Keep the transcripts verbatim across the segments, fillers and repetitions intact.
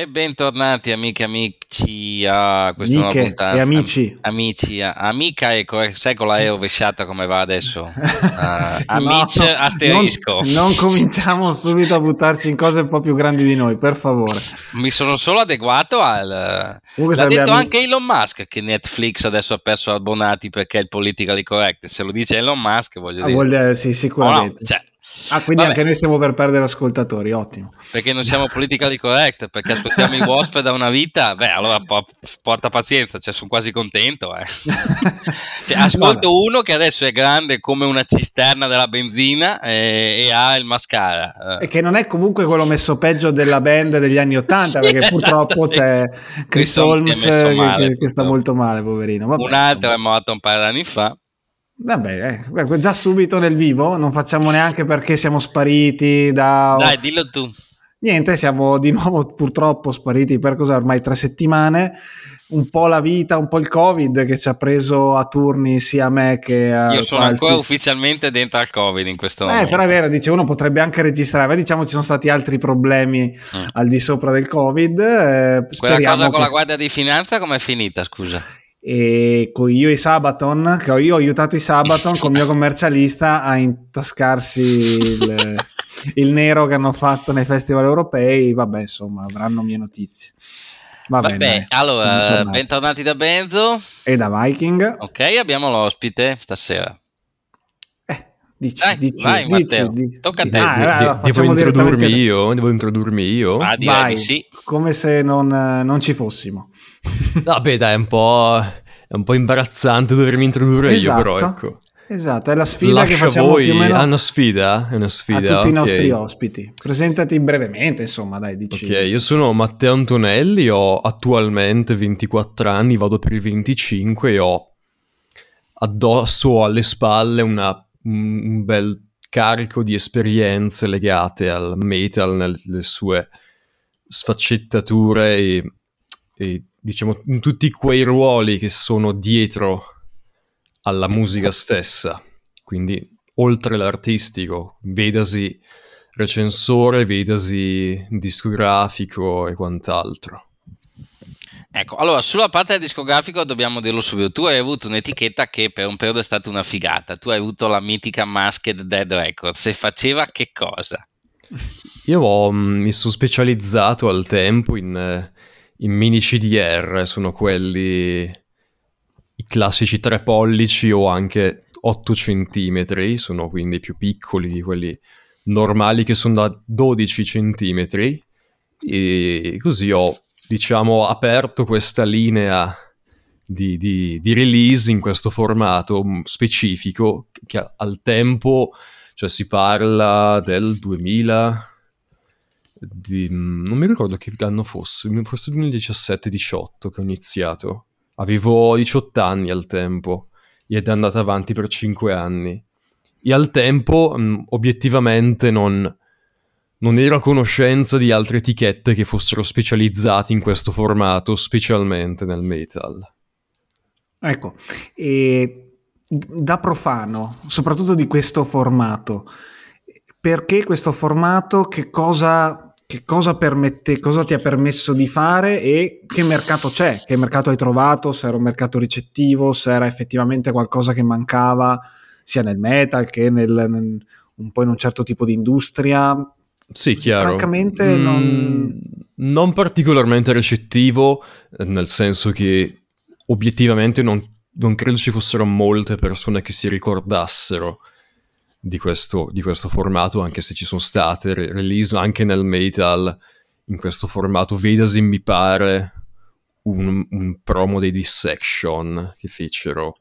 bentornati amiche e amici a questa Amiche nuova puntata. e amici. Am- amici, a- amica e co- sai con la E rovesciata come va adesso? Uh, Sì, amici no, no, asterisco. Non, non cominciamo subito a buttarci in cose un po' più grandi di noi, per favore. Mi sono solo adeguato al... Comunque L'ha detto ami- anche Elon Musk che Netflix adesso ha perso abbonati perché è il politically correct. Se lo dice Elon Musk, voglio Ah, dire... vuol dire- sì, sicuramente. Oh, no, cioè, Ah, quindi vabbè. anche noi stiamo per perdere ascoltatori, ottimo. Perché non siamo politically correct, perché ascoltiamo i W A S P da una vita, beh, allora po- porta pazienza, cioè sono quasi contento. Eh. Cioè, ascolto Vabbè. uno che adesso è grande come una cisterna della benzina e, e ha il mascara. E che non è comunque quello messo peggio della band degli anni Ottanta, Sì, perché esatto, purtroppo sì. c'è Chris Questo mi è Holmes messo che, male, che- che sta purtroppo. molto male, poverino. Vabbè, Un altro insomma. è morto un paio d'anni fa. Vabbè, eh, già subito nel vivo, non facciamo neanche perché siamo spariti da... Dai, dillo tu. Niente, siamo di nuovo purtroppo spariti per cosa ormai tre settimane, un po' la vita, un po' il Covid che ci ha preso a turni sia a me che a... Io sono qua al ancora fi- ufficialmente dentro al Covid in questo Eh, momento. però è vero, dice uno potrebbe anche registrare, ma diciamo ci sono stati altri problemi Mm. al di sopra del Covid. eh, Quella speriamo cosa con che la si- Guardia di Finanza com'è finita, scusa? E con io e Sabaton, che ho io ho aiutato i Sabaton con il mio commercialista a intascarsi il, il nero che hanno fatto nei festival europei. Vabbè, insomma, avranno mie notizie. Va Vabbè, bene, dai, siamo allora, tornati. bentornati da Benzo. E da Viking, Ok, abbiamo l'ospite stasera. eh, dici, Dai, dici, vai, dici, Matteo, dici. tocca a te. Ah, De- de- allora, devo facciamo introdurmi direttamente- io? Devo introdurmi io? Ah, direi Vai, di sì. come se non, non ci fossimo. Vabbè, dai, è un po', è un po' imbarazzante dovermi introdurre io, però ecco. Esatto, è la sfida che Lascio facciamo voi. più o meno Ah, una sfida? È una a sfida. tutti i ok. nostri ospiti. Presentati brevemente, insomma, dai, dici. Ok, io sono Matteo Antonelli, ho attualmente ventiquattro anni, vado per i venticinque e ho addosso alle spalle una, un, un bel carico di esperienze legate al metal nelle sue sfaccettature e, e diciamo in tutti quei ruoli che sono dietro alla musica stessa, quindi oltre l'artistico, vedasi recensore, vedasi discografico e quant'altro. Ecco, allora, sulla parte del discografico dobbiamo dirlo subito. Tu hai avuto un'etichetta che per un periodo è stata una figata. Tu hai avuto la mitica Masked Dead Records. E faceva che cosa? Io ho, mh, mi sono specializzato al tempo in, eh, in mini C D R, sono quelli, i classici tre pollici o anche otto centimetri, sono quindi più piccoli di quelli normali che sono da dodici centimetri, e così ho, diciamo, aperto questa linea di, di, di release in questo formato mh, specifico che al tempo, cioè si parla del duemila, di, non mi ricordo che anno fosse, forse duemiladiciassette diciotto che ho iniziato. Avevo diciotto anni al tempo ed è andata avanti per cinque anni. E al tempo, mh, obiettivamente, non, non ero a conoscenza di altre etichette che fossero specializzate in questo formato, specialmente nel metal. Ecco, e da profano, soprattutto di questo formato, perché questo formato, che cosa, che cosa permette, cosa ti ha permesso di fare e che mercato c'è, che mercato hai trovato, se era un mercato ricettivo, se era effettivamente qualcosa che mancava sia nel metal che nel, nel, un po' in un certo tipo di industria. Sì, chiaro. Francamente mm, non... non particolarmente recettivo, nel senso che obiettivamente non, non credo ci fossero molte persone che si ricordassero di questo, di questo formato, anche se ci sono state re- release anche nel metal in questo formato. Vedasi, mi pare, un, un promo dei Dissection che fecero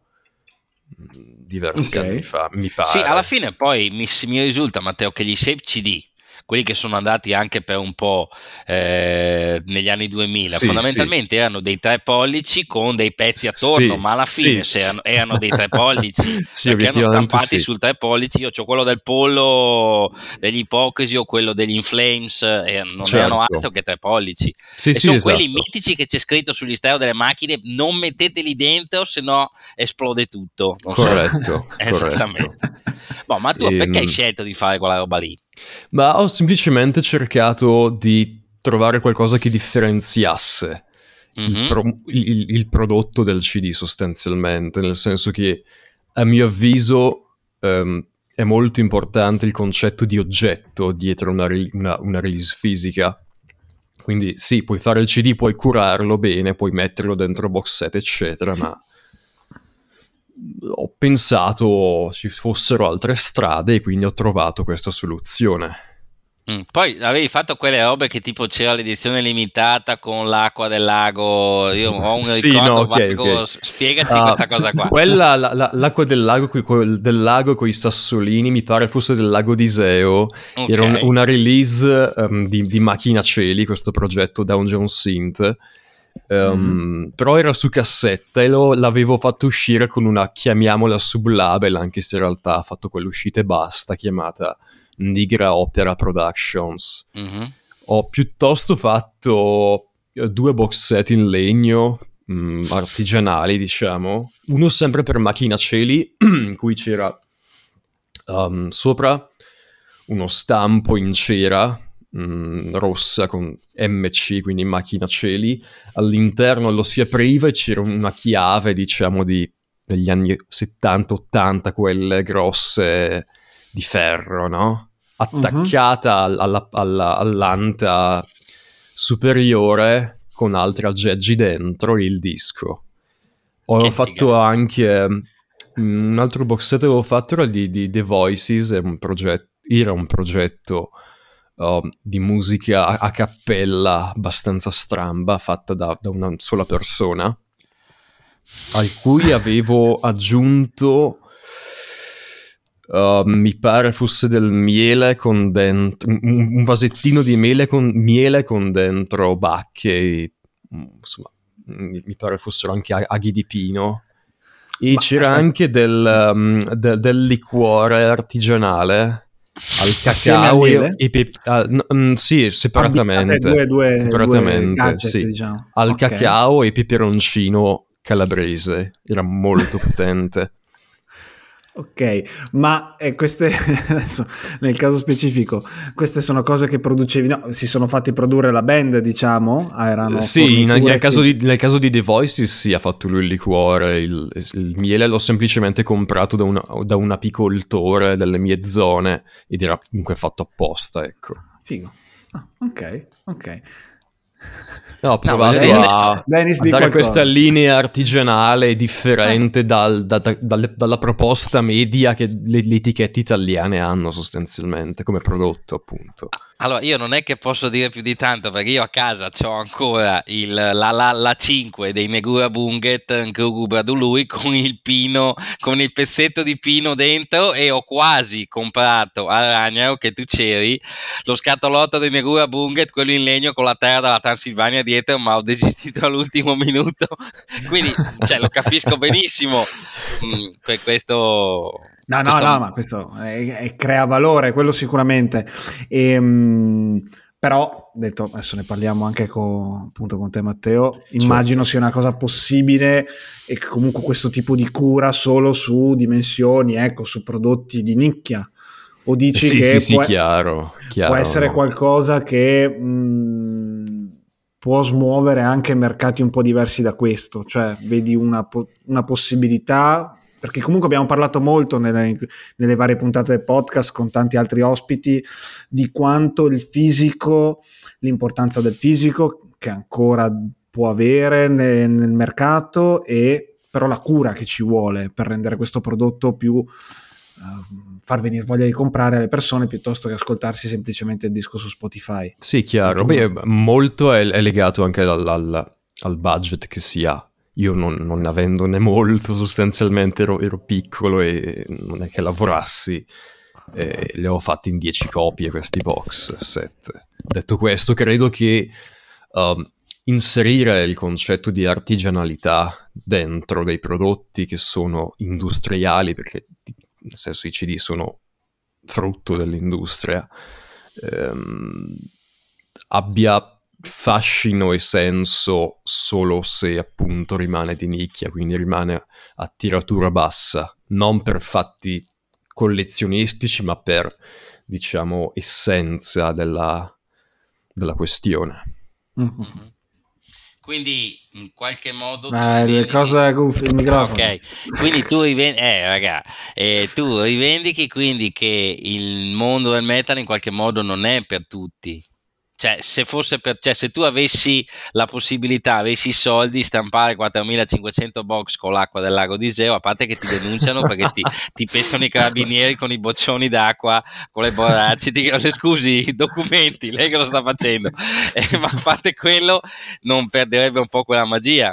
diversi Ok. anni fa, mi pare. Sì, alla fine poi mi, mi risulta, Matteo, che gli shape C D, quelli che sono andati anche per un po' eh, negli anni duemila, Sì, fondamentalmente erano dei tre pollici con dei pezzi attorno, Sì, ma alla fine sì. se erano, erano dei tre pollici, Sì, perché erano obiettivamente stampati sì. sul tre pollici. Io c'ho quello del pollo degli Ipocrisi o quello degli In Flames, e non Certo. erano altro che tre pollici. Sì, E sì, sono esatto. quelli mitici che c'è scritto sugli stereo delle macchine: non metteteli dentro, se no esplode tutto. Non so. Corretto, Esattamente. corretto. Boh, ma tu Ehm, perché hai scelto di fare quella roba lì? Ma ho semplicemente cercato di trovare qualcosa che differenziasse Mm-hmm. il, pro- il, il prodotto del C D sostanzialmente, nel senso che a mio avviso um, è molto importante il concetto di oggetto dietro una, re- una, una release fisica. Quindi sì, puoi fare il C D, puoi curarlo bene, puoi metterlo dentro box set eccetera, ma ho pensato ci fossero altre strade e quindi ho trovato questa soluzione. Mm. Poi avevi fatto quelle robe che tipo c'era l'edizione limitata con l'acqua del lago. Io ho un Sì, ricordo no, ok, vago. ok. Spiegaci Uh, questa cosa qua. Quella, la, la, l'acqua del lago, coi, coi, del lago con i sassolini, mi pare fosse del lago di Iseo. Okay. Era un, una release um, di, di Macchina Cieli, questo progetto Dungeon Synth. Um, mm. Però era su cassetta e lo, l'avevo fatto uscire con una, chiamiamola sublabel, anche se in realtà ha fatto quell'uscita e basta, chiamata Nigra Opera Productions. Mm-hmm. Ho piuttosto fatto due box set in legno mh, artigianali, diciamo, uno sempre per Macchina Cieli in cui c'era um, sopra uno stampo in cera mh, rossa con M C, quindi Macchina Cieli, all'interno lo si apriva e c'era una chiave, diciamo, di, degli anni settanta ottanta, quelle grosse di ferro, no? Attaccata uh-huh. alla, alla, all'anta superiore con altri aggeggi dentro il disco. Ho che fatto figata. Anche un altro box set che avevo fatto era di, di The Voices, è un progetto, era un progetto uh, di musica a, a cappella abbastanza stramba fatta da, da una sola persona, al cui avevo aggiunto Uh, mi pare fosse del miele con dentro un, un vasettino di miele con, miele con dentro bacche, insomma mi pare fossero anche aghi di pino e Ma c'era aspetta. anche del, um, de, del liquore artigianale al cacao e, e pe- uh, no, um, sì, separatamente due, due, separatamente due gadget, sì. Diciamo. Al okay. cacao e peperoncino calabrese, era molto potente. Ok, ma eh, queste adesso nel caso specifico, queste sono cose che producevi, no, si sono fatti produrre la band, diciamo? Ah, erano sì, nel, nel, caso di, nel caso di The Voices sì, ha fatto lui il liquore, il, il miele l'ho semplicemente comprato da, una, da un apicoltore delle mie zone ed era comunque fatto apposta, ecco. Figo, ah, ok, ok. No, ho provato no, a, a dare questa linea artigianale differente eh. dal, da, da, da, dalla proposta media che le, le etichette italiane hanno sostanzialmente come prodotto, appunto. Allora, io non è che posso dire più di tanto perché io a casa c'ho ancora il, la, la, la cinque dei Negura Bunget lui con il pino, con il pezzetto di pino dentro, e ho quasi comprato a Ragnaro, che tu c'eri, lo scatolotto dei Negura Bunget, quello in legno con la terra della Transilvania dietro, ma ho desistito all'ultimo minuto. Quindi, cioè, lo capisco benissimo. Mm, questo... No, no, questo... no, ma questo è, è, crea valore, quello sicuramente. E, mh, però, detto, adesso ne parliamo anche con, appunto, con te, Matteo, immagino certo. sia una cosa possibile e che comunque questo tipo di cura solo su dimensioni, ecco, su prodotti di nicchia. O dici sì, che sì, può, sì, chiaro, chiaro, può essere no. qualcosa che mh, può smuovere anche mercati un po' diversi da questo, cioè vedi una, una possibilità... Perché comunque abbiamo parlato molto nelle, nelle varie puntate del podcast con tanti altri ospiti di quanto il fisico, l'importanza del fisico che ancora può avere nel, nel mercato, e però la cura che ci vuole per rendere questo prodotto più uh, far venire voglia di comprare alle persone piuttosto che ascoltarsi semplicemente il disco su Spotify. Sì, chiaro. Beh, molto è, è legato anche al, al, al budget che si ha. Io non, non avendone molto, sostanzialmente ero, ero piccolo e non è che lavorassi, eh, le ho fatte in dieci copie questi box set. Detto questo, credo che um, inserire il concetto di artigianalità dentro dei prodotti che sono industriali, perché nel senso i C D sono frutto dell'industria, ehm, abbia fascino e senso solo se appunto rimane di nicchia, quindi rimane a tiratura bassa, non per fatti collezionistici ma per, diciamo, essenza della, della questione. Mm-hmm. Quindi in qualche modo ah, le cose goofy, il microfono. Ok, quindi tu rivendi eh raga, eh, tu rivendichi quindi che il mondo del metal in qualche modo non è per tutti. Cioè, se fosse per, cioè, se tu avessi la possibilità, avessi i soldi, stampare quattromilacinquecento box con l'acqua del lago di Iseo, a parte che ti denunciano perché ti, ti pescano i carabinieri con i boccioni d'acqua, con le borracce, ti chiedono scusi, i documenti, lei che lo sta facendo? Eh, ma a parte quello, non perderebbe un po' quella magia.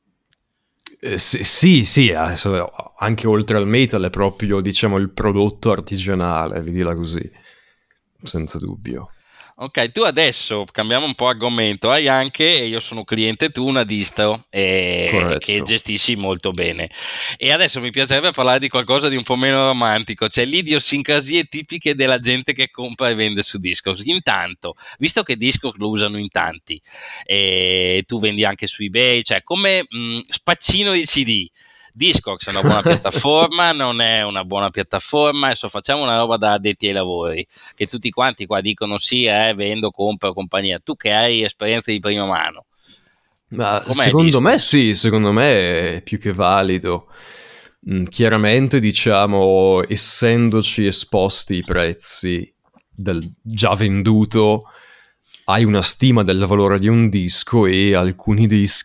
Eh, sì, sì, sì, anche oltre al metal è proprio, diciamo, il prodotto artigianale, vedila così, senza dubbio. Ok, tu adesso, cambiamo un po' argomento, hai anche, e io sono cliente tu, una distro eh, che gestisci molto bene. E adesso mi piacerebbe parlare di qualcosa di un po' meno romantico, cioè le idiosincrasie tipiche della gente che compra e vende su Discogs. Intanto, visto che Discogs lo usano in tanti, e tu vendi anche su eBay, cioè come mh, spaccino di C D, Discogs è una buona piattaforma, non è una buona piattaforma, adesso facciamo una roba da addetti ai lavori, che tutti quanti qua dicono sì, eh, vendo, compro, compagnia, tu che hai esperienza di prima mano. Ma secondo me sì, secondo me è più che valido. Mm, chiaramente, diciamo, essendoci esposti i prezzi del già venduto, hai una stima del valore di un disco e alcuni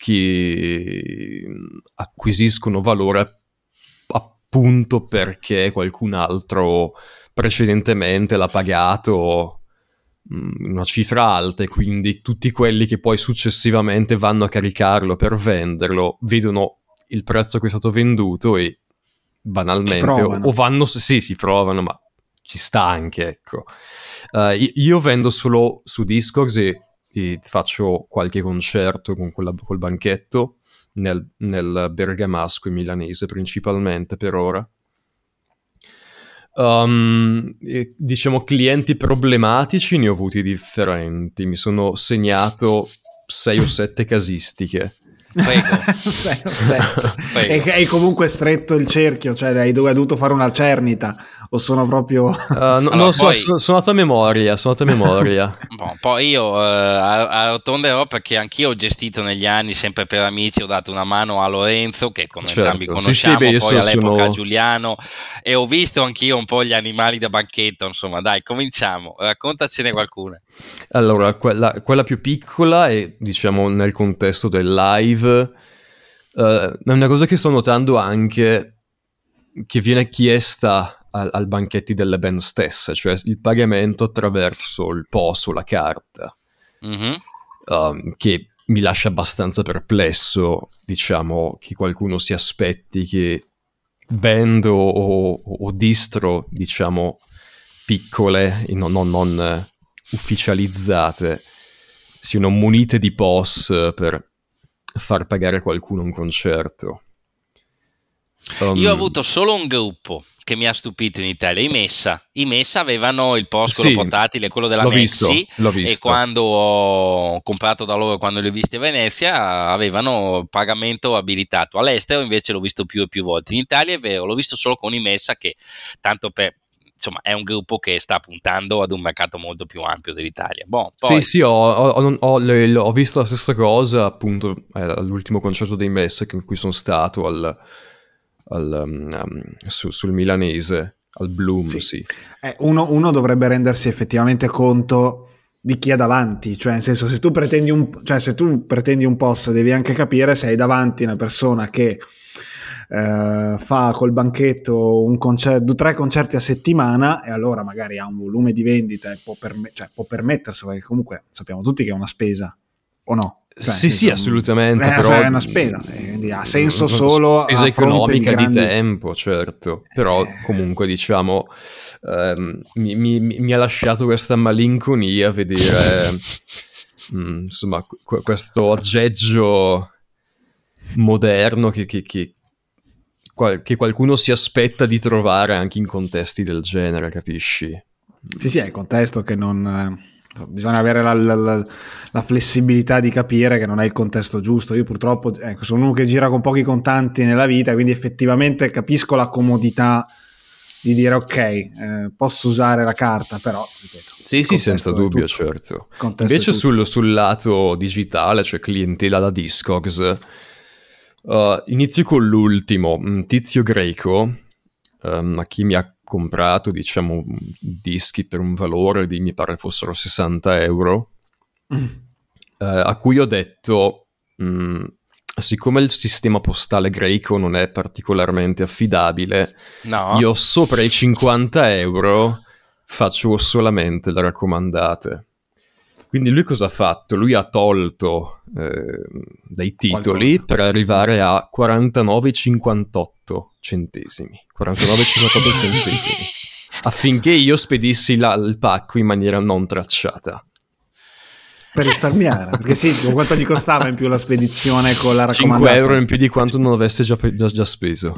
dischi acquisiscono valore appunto perché qualcun altro precedentemente l'ha pagato una cifra alta, e quindi tutti quelli che poi successivamente vanno a caricarlo per venderlo vedono il prezzo che è stato venduto e banalmente o, o vanno, sì, si provano, ma ci sta anche, ecco. Uh, io vendo solo su Discogs e, e faccio qualche concerto con quella, col banchetto nel, nel bergamasco e milanese principalmente per ora. Um, e, diciamo, clienti problematici ne ho avuti differenti, mi sono segnato sei o sette casistiche. Prego. sei o sette. Prego. E hai comunque stretto il cerchio, cioè hai dovuto fare una cernita o sono proprio uh, no, allora, non so, poi... sono, sono andato a memoria sono andato a memoria bon, poi io uh, arrotonderò perché anch'io ho gestito negli anni, sempre per amici, ho dato una mano a Lorenzo che con certo. entrambi conosciamo, sì, sì, beh, poi all'epoca sono... a Giuliano, e ho visto anch'io un po' gli animali da banchetto, insomma. Dai, cominciamo, raccontacene qualcuna. Allora, quella, quella più piccola è, diciamo, nel contesto del live, uh, è una cosa che sto notando anche, che viene chiesta al, al banchetti delle band stesse, cioè il pagamento attraverso il P O S o la carta, mm-hmm. um, che mi lascia abbastanza perplesso, diciamo, che qualcuno si aspetti che band o, o, o distro, diciamo, piccole, non, non, non ufficializzate, siano munite di P O S per far pagare qualcuno un concerto. Um, Io ho avuto solo un gruppo che mi ha stupito in Italia, i Messa. I Messa avevano il P O S, quello sì, portatile, quello della l'ho Nexi, visto, l'ho visto. E quando ho comprato da loro, quando li ho visti a Venezia, avevano pagamento abilitato. All'estero invece l'ho visto più e più volte. In Italia è vero, l'ho visto solo con i Messa, che tanto per... insomma, è un gruppo che sta puntando ad un mercato molto più ampio dell'Italia. Bon, poi... Sì, sì, ho, ho, ho, ho, ho visto la stessa cosa, appunto, eh, all'ultimo concerto dei Messa in cui sono stato, al, al, um, su, sul milanese, al Bloom, sì. sì. Eh, uno, uno dovrebbe rendersi effettivamente conto di chi ha davanti, cioè nel senso, se tu pretendi un, cioè, se tu pretendi un posto, devi anche capire se hai davanti una persona che Uh, fa col banchetto un concerto, due, tre concerti a settimana, e allora magari ha un volume di vendita e può, perme- cioè, può permettersi, perché comunque sappiamo tutti che è una spesa, o no? Cioè, sì, sì, assolutamente. Eh, però è una spesa, quindi ha senso solo spesa a economica di, grandi... di tempo, certo. Però comunque, diciamo, ehm, mi, mi, mi ha lasciato questa malinconia vedere mh, insomma qu- questo aggeggio moderno che, che, che che qualcuno si aspetta di trovare anche in contesti del genere, capisci? Sì, sì, è il contesto che non... bisogna avere la, la, la, la flessibilità di capire che non è il contesto giusto. Io purtroppo ecco, sono uno che gira con pochi contanti nella vita, quindi effettivamente capisco la comodità di dire ok, eh, posso usare la carta, però ripeto, sì sì, senza dubbio, certo. Invece sul, sul lato digitale, cioè clientela da Discogs, uh, inizio con l'ultimo, un tizio greco, um, a chi mi ha comprato, diciamo, dischi per un valore di, mi pare fossero sessanta euro, mm. uh, a cui ho detto, mh, siccome il sistema postale greco non è particolarmente affidabile, no. io sopra i cinquanta euro faccio solamente le raccomandate. Quindi lui cosa ha fatto? Lui ha tolto eh, dei titoli Qualcosa. per arrivare a quarantanove virgola cinquantotto centesimi. quarantanove virgola cinquantotto centesimi. Affinché io spedissi la, il pacco in maniera non tracciata. Per risparmiare, perché sì, quanto gli costava in più la spedizione con la raccomandata? cinque euro in più di quanto non avesse già, già, già speso.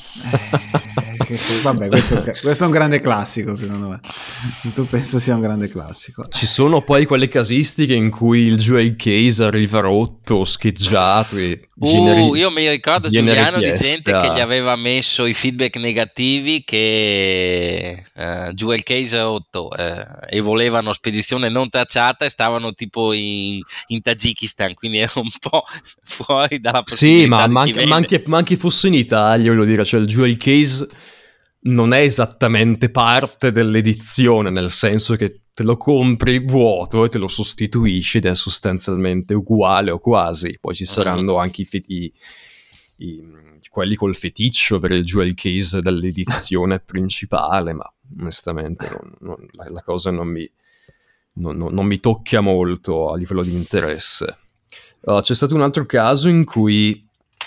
Eh, vabbè, questo, questo è un grande classico, secondo me. Tu penso sia un grande classico. Ci sono poi quelle casistiche in cui il jewel case arriva rotto, scheggiato e viene, uh, io mi ricordo Giuliano richiesta. Di gente che gli aveva messo i feedback negativi che uh, jewel case rotto uh, e volevano spedizione non tracciata e stavano tipo in, in Tagikistan, quindi era un po' fuori dalla possibilità. Sì, ma, ma, anche, ma, anche, ma anche fosse in Italia, voglio dire, cioè il jewel case non è esattamente parte dell'edizione, nel senso che te lo compri vuoto e te lo sostituisci ed è sostanzialmente uguale o quasi. Poi ci saranno mm. anche i, fe- i, i quelli col feticcio per il jewel case dell'edizione principale, ma onestamente non, non, la, la cosa non mi, non, non, non mi tocca molto a livello di interesse. Uh, c'è stato un altro caso in cui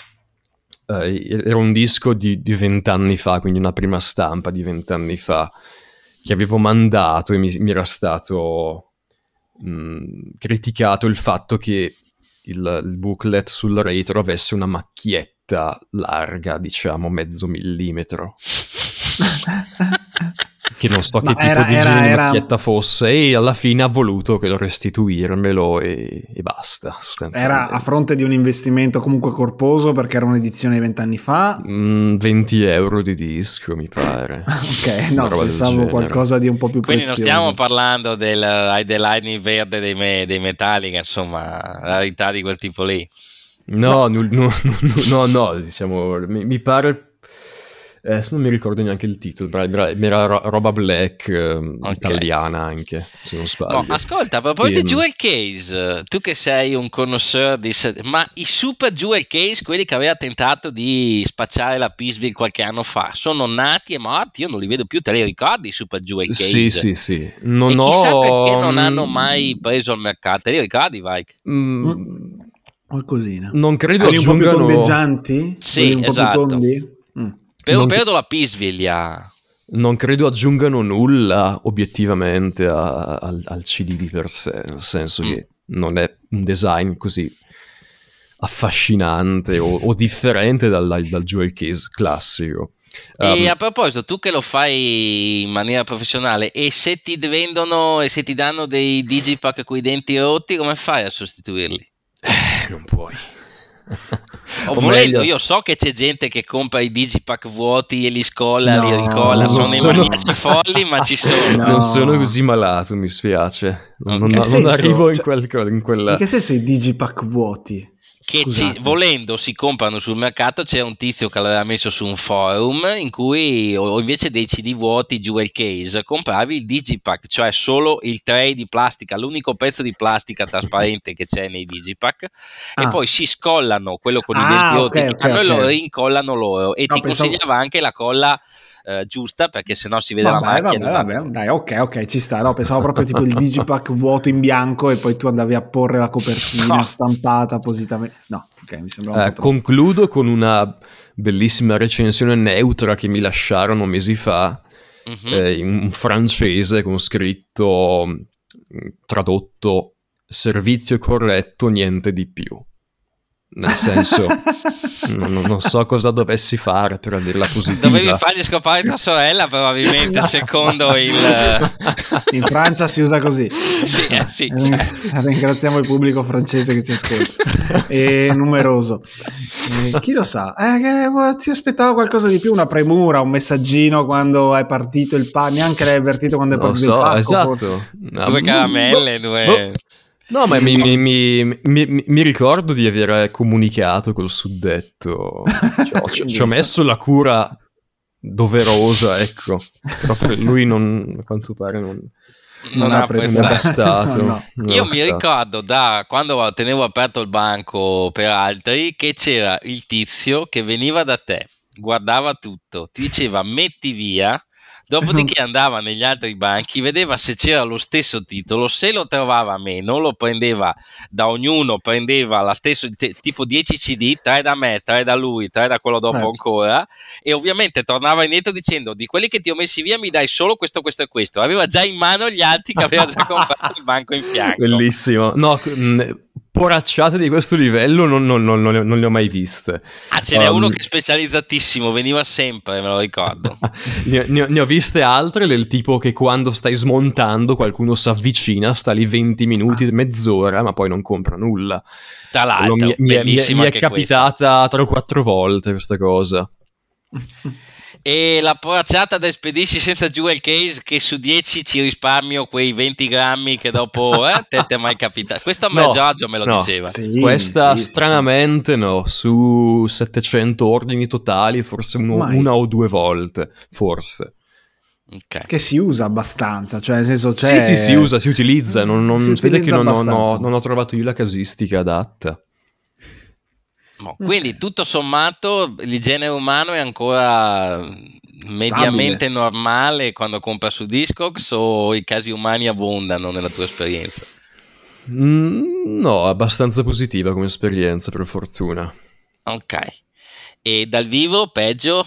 Uh, era un disco di vent'anni fa, quindi una prima stampa di vent'anni fa, che avevo mandato e mi, mi era stato mh, criticato il fatto che il, il booklet sul retro avesse una macchietta larga, diciamo mezzo millimetro. Che non so Ma che era, tipo di era, era... macchietta fosse, e alla fine ha voluto che lo restituirmelo e, e basta. Era a fronte di un investimento comunque corposo, perché era un'edizione di vent'anni fa? Mm, venti euro di disco, mi pare. Ok, no, pensavo qualcosa di un po' più Quindi prezioso. non stiamo parlando del Hide the Lightning verde dei, me, dei Metallica, insomma, la rarità di quel tipo lì. No, no, no, no, no, no diciamo, mi, mi pare... Eh, non mi ricordo neanche il titolo, era roba black, eh, okay. Italiana anche, se non sbaglio. No, ascolta, a proposito di jewel case, tu che sei un connoisseur di... ma i super jewel case, quelli che aveva tentato di spacciare la Peaceville qualche anno fa, sono nati e morti, io non li vedo più, te li ricordi i super jewel case? Sì, sì, sì. Non e ho... chissà perché non hanno mai preso il mercato, te li ricordi, Mike? Mm. Mm. Qualcosina. Non credo Quelli aggiungano... un po' più tondeggianti? Sì, un po' esatto. Più tondi? Mm. Per un non, periodo la Peaceville ha... non credo aggiungano nulla obiettivamente a, a, al C D di per sé, nel senso mm. che non è un design così affascinante o, o differente dal, dal jewel case classico. E um, a proposito, tu che lo fai in maniera professionale, e se ti vendono e se ti danno dei digipack con i denti rotti, come fai a sostituirli? Eh, non puoi. O volendo, meglio, io so che c'è gente che compra i digipack vuoti e li scolla, no, li ricolla, sono, sono... i maniaci folli, ma ci sono. No. Non sono così malato, mi spiace. Okay. Non, non, non arrivo in, quel, in quella... In che senso i digipack vuoti? Che ci, volendo si comprano sul mercato. C'era un tizio che l'aveva messo su un forum in cui o invece dei C D vuoti jewel case compravi il digipack, cioè solo il tray di plastica, l'unico pezzo di plastica trasparente che c'è nei digipack, ah. e poi si scollano quello con ah, i denti rotti okay, che okay, hanno okay. e lo rincollano loro, e no, ti pensavo... consigliava anche la colla Uh, giusta, perché sennò si vede vabbè, la macchia. Vabbè, vabbè, dai, ok, ok, ci sta. No, pensavo proprio tipo il digipack vuoto in bianco e poi tu andavi a porre la copertina no. stampata appositamente. No, ok, mi sembra un eh, po' concludo con una bellissima recensione neutra che mi lasciarono mesi fa, uh-huh. eh, in francese con scritto tradotto: servizio corretto, niente di più. Nel senso, non, non so cosa dovessi fare per averla positiva. Dovevi fargli scopare tua sorella, probabilmente, No. secondo il... In Francia si usa così. Sì, eh, sì. Eh, ringraziamo il pubblico francese che ci ascolta, è numeroso. Eh, chi lo sa? Eh, che, ti aspettavo qualcosa di più, una premura, un messaggino quando è partito il pacco, neanche l'hai avvertito quando è Non lo partito so, il pacco, esatto. forse. Due caramelle, due... Oh. No, ma mi, mi, mi, mi, mi ricordo di aver comunicato col suddetto. Cioè, ci, ci ho messo la cura doverosa, ecco. Però per lui non, a quanto pare non, non, non ha apprezzato. bastato. No, no. Io mi ricordo da quando tenevo aperto il banco per altri che c'era il tizio che veniva da te, guardava tutto, ti diceva metti via. Dopodiché andava negli altri banchi, vedeva se c'era lo stesso titolo, se lo trovava meno, lo prendeva da ognuno, prendeva la stessa, t- tipo dieci C D, tre da me, tre da lui, tre da quello dopo certo. ancora, e ovviamente tornava indietro dicendo di quelli che ti ho messi via mi dai solo questo, questo e questo. Aveva già in mano gli altri che aveva già comprato il banco in fianco. Bellissimo. No, mh, poracciate di questo livello non, non, non, non, non le ho mai viste. Ah, ce n'è um, uno che è specializzatissimo, veniva sempre, me lo ricordo. ne, ne, ne ho viste altre del tipo che quando stai smontando qualcuno si avvicina, sta lì venti minuti, mezz'ora, ma poi non compra nulla. Tra l'altro, mi, mi, mi, mi è capitata tre o quattro volte questa cosa. E la poracciata da spedisci senza jewel case, che su dieci ci risparmio quei venti grammi che dopo eh, te ti è mai capitato? Questo a me no, Giorgio me lo no. diceva. Sì, questa sì, stranamente no, su settecento ordini totali forse uno, una o due volte, forse. Okay. Che si usa abbastanza, cioè nel senso c'è... Sì, sì, si usa, si utilizza, non, non, si vede che non, non, ho, abbastanza. non ho trovato io la casistica adatta. No, quindi Okay. tutto sommato il genere umano è ancora mediamente Stabile. normale quando compra su Discogs, o i casi umani abbondano nella tua esperienza? Mm, no, abbastanza positiva come esperienza, per fortuna. Ok. E dal vivo peggio?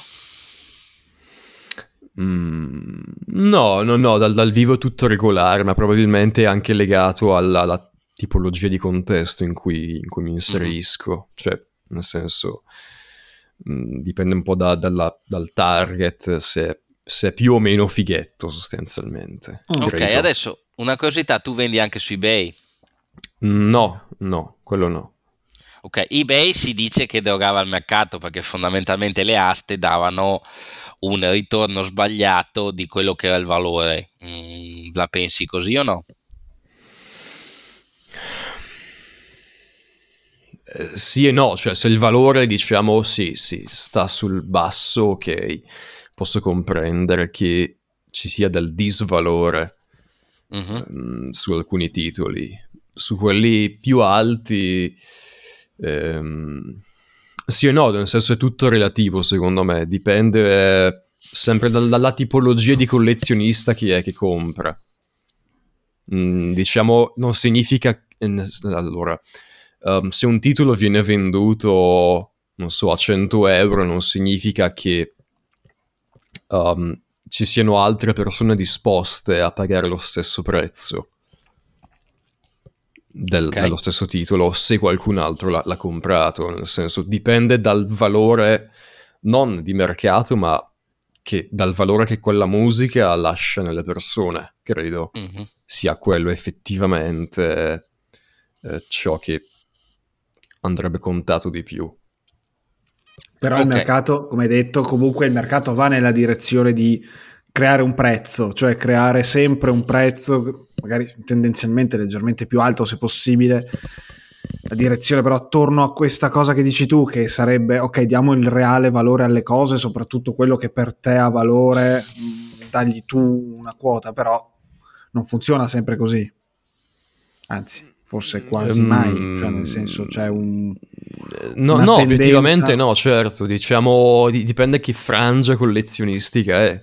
Mm, no, no, no, dal, dal vivo è tutto regolare, ma probabilmente anche legato alla, alla tipologia di contesto in cui, in cui mi inserisco. Mm-hmm. Cioè, nel senso, mh, dipende un po' da, dalla, dal target, se, se è più o meno fighetto sostanzialmente. Ok, credo. adesso una curiosità, tu vendi anche su eBay? No, no, quello no. Ok, eBay si dice che derogava al mercato perché fondamentalmente le aste davano un ritorno sbagliato di quello che era il valore. Mm, la pensi così o no? Eh, sì e no, cioè se il valore diciamo sì, sì, sta sul basso, ok, posso comprendere che ci sia del disvalore mm-hmm. um, su alcuni titoli. Su quelli più alti ehm, sì e no, nel senso è tutto relativo secondo me, dipende eh, sempre dal, dalla tipologia di collezionista che è che compra. Mm, diciamo non significa eh, allora um, se un titolo viene venduto non so a cento euro non significa che um, ci siano altre persone disposte a pagare lo stesso prezzo Del, Okay. dello stesso titolo se qualcun altro l'ha, l'ha comprato, nel senso dipende dal valore non di mercato ma che dal valore che quella musica lascia nelle persone, credo Mm-hmm. sia quello effettivamente eh, ciò che andrebbe contato di più. Però Okay. il mercato, come hai detto, comunque il mercato va nella direzione di creare un prezzo, cioè creare sempre un prezzo, magari tendenzialmente leggermente più alto se possibile, la direzione però attorno a questa cosa che dici tu, che sarebbe, ok, diamo il reale valore alle cose, soprattutto quello che per te ha valore, mh, dagli tu una quota, però non funziona sempre così. Anzi, forse quasi Um, mai, cioè nel senso c'è un... No, una no, tendenza... obiettivamente no, certo, diciamo, di- dipende che frangia collezionistica è.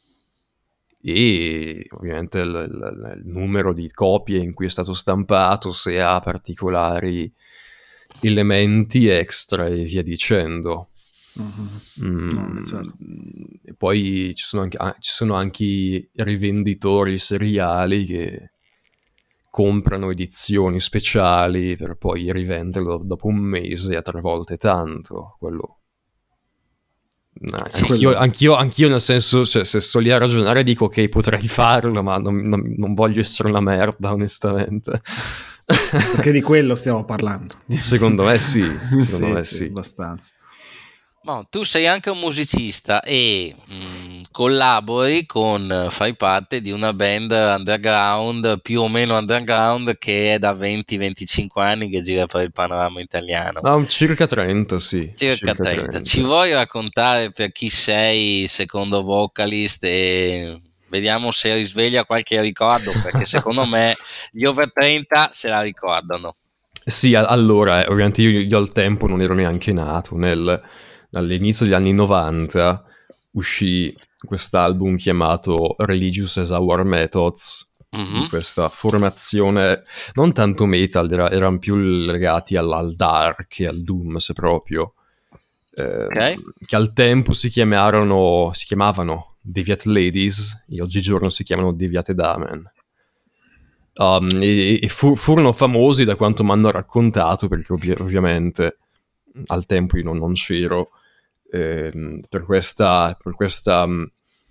E ovviamente il, il, il numero di copie in cui è stato stampato, se ha particolari elementi extra e via dicendo. Uh-huh. Mm, No, certo. E poi ci sono, anche, ah, ci sono anche i rivenditori seriali che comprano edizioni speciali per poi rivenderlo dopo un mese a tre volte tanto. Quello... No, anch'io, anch'io, anch'io nel senso, cioè, se sto lì a ragionare dico che potrei farlo, ma non, non, non voglio essere una merda, onestamente. Perché di quello stiamo parlando. Secondo me sì, secondo sì, me sì, sì. abbastanza. No, tu sei anche un musicista e mh, collabori con, fai parte di una band underground, più o meno underground, che è da venti venticinque anni che gira per il panorama italiano. No, circa trenta, sì. Circa, circa trenta. trenta. Ci vuoi raccontare per chi sei secondo Vocalist e vediamo se risveglia qualche ricordo, perché secondo me gli over trenta se la ricordano. Sì, allora, eh, ovviamente io, io al tempo non ero neanche nato, nel... all'inizio degli anni novanta uscì quest'album chiamato Religious as Our Methods, mm-hmm. di questa formazione non tanto metal, era, erano più legati al, al dark e al doom, se proprio, eh, okay. che al tempo si chiamarono, si chiamavano Deviant Ladies e oggigiorno si chiamano Deviate Damen. Um, e e fu, furono famosi da quanto mi hanno raccontato, perché ovvi- ovviamente al tempo io non, non c'ero, eh, per questa, per questa um,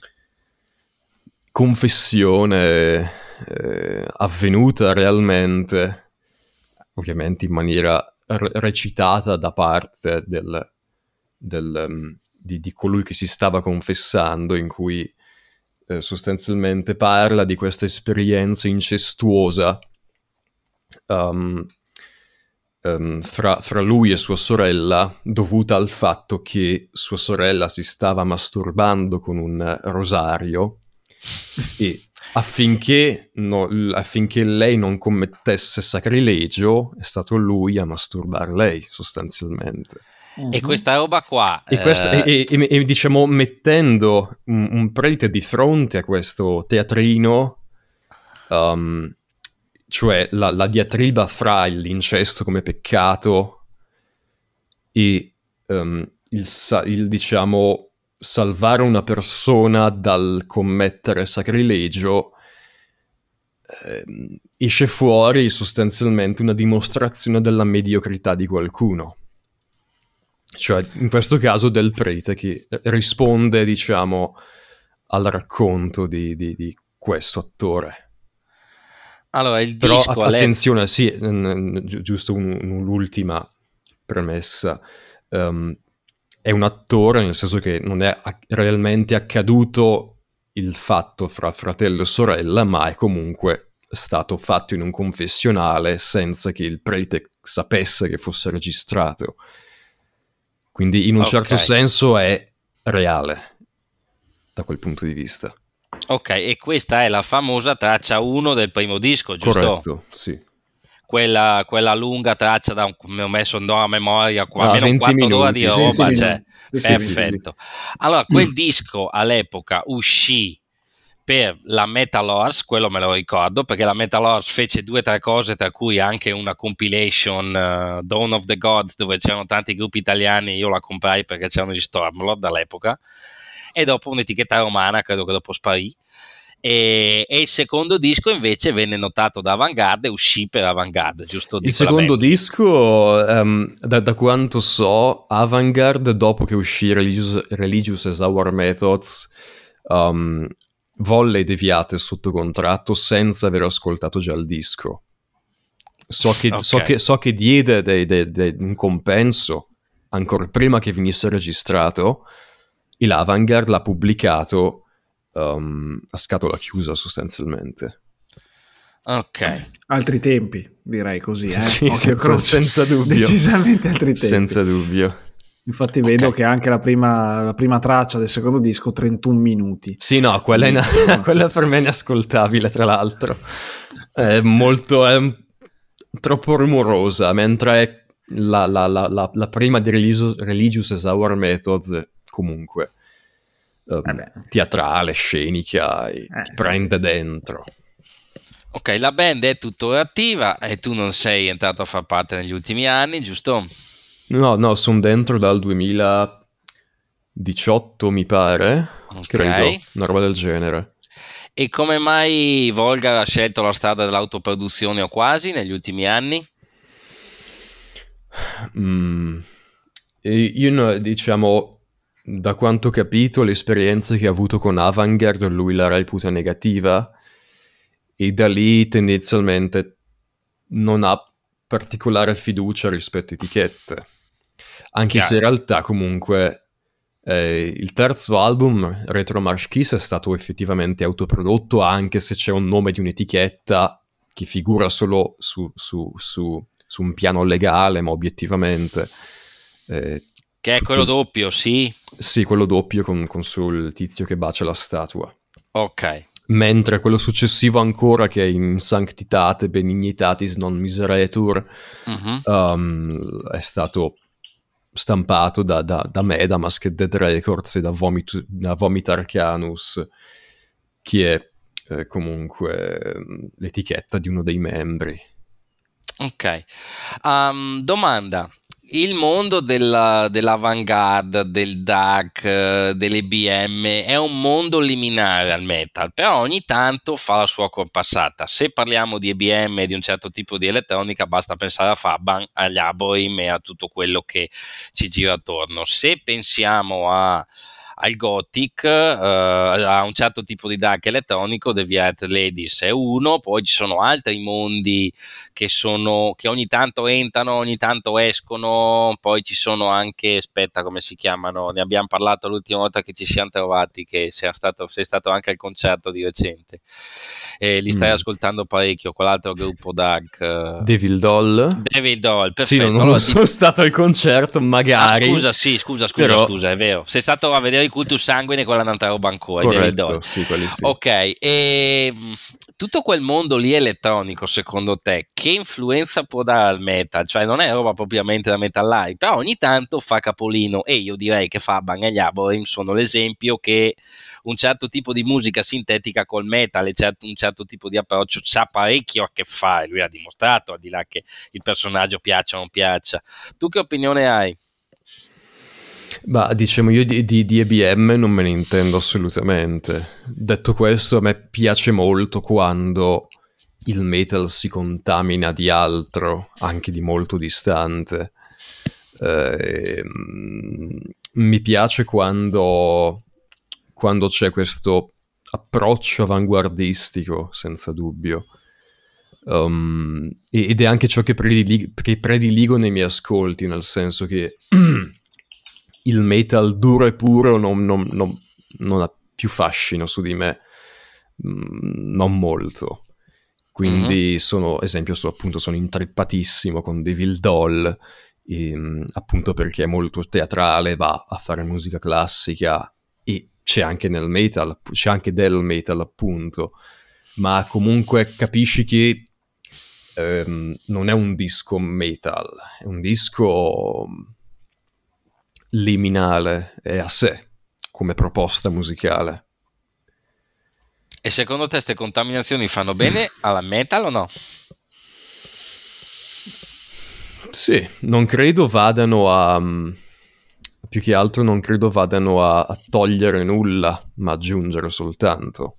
confessione eh, avvenuta realmente, ovviamente in maniera re- recitata da parte del, del, um, di, di colui che si stava confessando, in cui eh, sostanzialmente parla di questa esperienza incestuosa um, Um, fra, fra lui e sua sorella, dovuta al fatto che sua sorella si stava masturbando con un rosario e affinché, no, affinché lei non commettesse sacrilegio è stato lui a masturbar lei sostanzialmente. Uh-huh. E questa roba qua e, questa, eh... e, e, e diciamo mettendo un, un prete di fronte a questo teatrino, um, cioè la, la diatriba fra l'incesto come peccato e um, il, il, diciamo, salvare una persona dal commettere sacrilegio, eh, esce fuori sostanzialmente una dimostrazione della mediocrità di qualcuno. Cioè, in questo caso del prete che risponde, diciamo, al racconto di, di, di questo attore. Allora, il Però disco a- attenzione, sì, n- n- giusto un, un'ultima premessa. Um, è un attore, nel senso che non è a- realmente accaduto il fatto fra fratello e sorella, ma è comunque stato fatto in un confessionale senza che il prete sapesse che fosse registrato. Quindi in un okay. certo senso è reale da quel punto di vista. Ok, e questa è la famosa traccia uno del primo disco, giusto? Corretto, sì. Quella, quella lunga traccia da un, mi ho messo no, a memoria, ah, almeno un quarto minuti, d'ora di roba, sì, cioè, sì, perfetto. Sì, sì. Allora, quel mm. disco all'epoca uscì per la Metal Horse, quello me lo ricordo, perché la Metal Horse fece due o tre cose, tra cui anche una compilation, uh, Dawn of the Gods, dove c'erano tanti gruppi italiani, io la comprai perché c'erano gli Stormlord all'epoca, e dopo un'etichetta romana, credo che dopo sparì, e, e il secondo disco invece venne notato da Avantgarde e uscì per Avantgarde, giusto? Il secondo disco, um, da, da quanto so, Avantgarde, dopo che uscì Religious, Religious as Our Methods, um, volle Deviate sotto contratto senza aver ascoltato già il disco. So che, okay. so che, so che diede de, de, de un compenso ancora prima che venisse registrato, e l'Avantgarde l'ha pubblicato um, a scatola chiusa sostanzialmente. Ok. Altri tempi, direi così, eh? Sì, senza, senza dubbio. Decisamente altri tempi. Senza dubbio. Infatti vedo okay. che anche la prima, la prima traccia del secondo disco trentuno minuti. Sì, no, quella, è una, quella per me è inascoltabile, tra l'altro. È molto... È troppo rumorosa, mentre la, la, la, la, la prima di Religious, Religious as Our Methods comunque um, eh teatrale, scenica, e eh, ti prende sì, dentro. Ok, la band è tuttora attiva e tu non sei entrato a far parte negli ultimi anni, giusto? No, no, sono dentro dal duemiladiciotto, mi pare, okay. Credo, una roba del genere. E come mai Volgar ha scelto la strada dell'autoproduzione o quasi negli ultimi anni? Mm, io no, diciamo, da quanto ho capito, l'esperienza che ha avuto con Avantgarde lui la reputa negativa e da lì tendenzialmente non ha particolare fiducia rispetto a etichette. Anche Chiaro. se in realtà comunque eh, il terzo album, Retro March Kiss, è stato effettivamente autoprodotto, anche se c'è un nome di un'etichetta che figura solo su, su, su, su un piano legale, ma obiettivamente... Eh, Che è quello doppio, sì? Sì, quello doppio con, con sul tizio che bacia la statua. Ok. Mentre quello successivo ancora, che è in Sanctitate Benignitatis Non Miseretur, uh-huh. um, è stato stampato da, da, da Metamask, Dead Records e da Vomit, da Vomit Arcanus, che è eh, comunque l'etichetta di uno dei membri. Ok. Um, domanda. Il mondo della, dell'avant-garde, del dark, delle B M è un mondo liminare al metal, però ogni tanto fa la sua compassata. Se parliamo di E B M e di un certo tipo di elettronica, basta pensare a Faban, agli Aboim e a tutto quello che ci gira attorno. Se pensiamo a al gothic, uh, a un certo tipo di dark elettronico, The Viet Ladies è uno, poi ci sono altri mondi che sono che ogni tanto entrano, ogni tanto escono, poi ci sono anche, aspetta come si chiamano, ne abbiamo parlato l'ultima volta che ci siamo trovati, che sei stato, sei stato anche al concerto di recente, e li stai mm. ascoltando parecchio, quell'altro gruppo dark, uh, Devil Doll. Devil Doll, perfetto. Sì, non, non allora, sono stato al concerto, magari. Ah, scusa, sì, scusa, scusa, però... scusa, è vero. Sei stato a vedere il Cultus Sanguine con la tanta roba ancora. Corretto, sì, quelli sì. Ok, e tutto quel mondo lì elettronico, secondo te, che influenza può dare al metal? Cioè, non è roba propriamente da metallai, però ogni tanto fa capolino, e io direi che Faban e gli Aborim sono l'esempio che un certo tipo di musica sintetica col metal e certo, un certo tipo di approccio c'ha parecchio a che fare. Lui ha dimostrato, al di là che il personaggio piaccia o non piaccia. Tu che opinione hai? Ma diciamo, io di, di, di E B M non me ne intendo assolutamente. Detto questo, a me piace molto quando il metal si contamina di altro, anche di molto distante. Eh, mi piace quando, quando c'è questo approccio avanguardistico, senza dubbio. Um, ed è anche ciò che, predilig- che prediligo nei miei ascolti, nel senso che il metal duro e puro non, non, non, non ha più fascino su di me, mm, non molto. Quindi mm-hmm. sono, esempio, sono, appunto sono intrippatissimo con Devil Doll, e, appunto perché è molto teatrale, va a fare musica classica e c'è anche nel metal, c'è anche del metal appunto, ma comunque capisci che ehm, non è un disco metal, è un disco liminale e a sé come proposta musicale. E secondo te queste contaminazioni fanno bene alla metal o no? Sì, non credo vadano a più che altro non credo vadano a, a togliere nulla, ma aggiungere soltanto.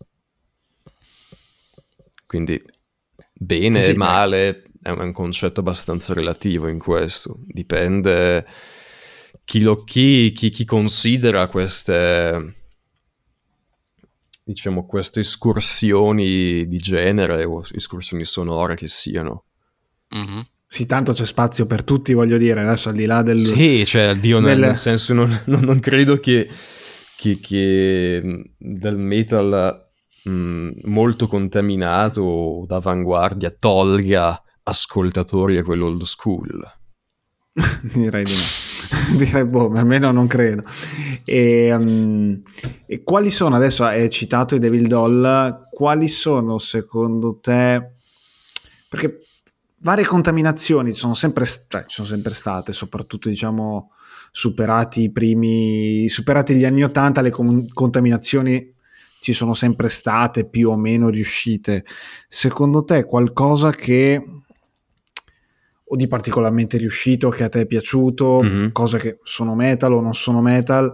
Quindi bene sì, e male è un concetto abbastanza relativo in questo, dipende chi, lo, chi, chi, chi considera queste, diciamo, queste escursioni di genere o escursioni sonore che siano. Mm-hmm. Sì, tanto c'è spazio per tutti, voglio dire, adesso al di là del... Sì, cioè, Dio, del... nel senso non, non, non credo che, che, che del metal mh, molto contaminato o d'avanguardia tolga ascoltatori a quello old school. Direi di no. Direi, boh, almeno non credo. E, um, e quali sono, adesso hai citato i Devil Doll, quali sono secondo te... Perché varie contaminazioni ci sono sempre, cioè, ci sono sempre state, soprattutto diciamo superati i primi, superati gli anni ottanta, le com- contaminazioni ci sono sempre state più o meno riuscite. Secondo te qualcosa che o di particolarmente riuscito, che a te è piaciuto, mm-hmm. cose che sono metal o non sono metal,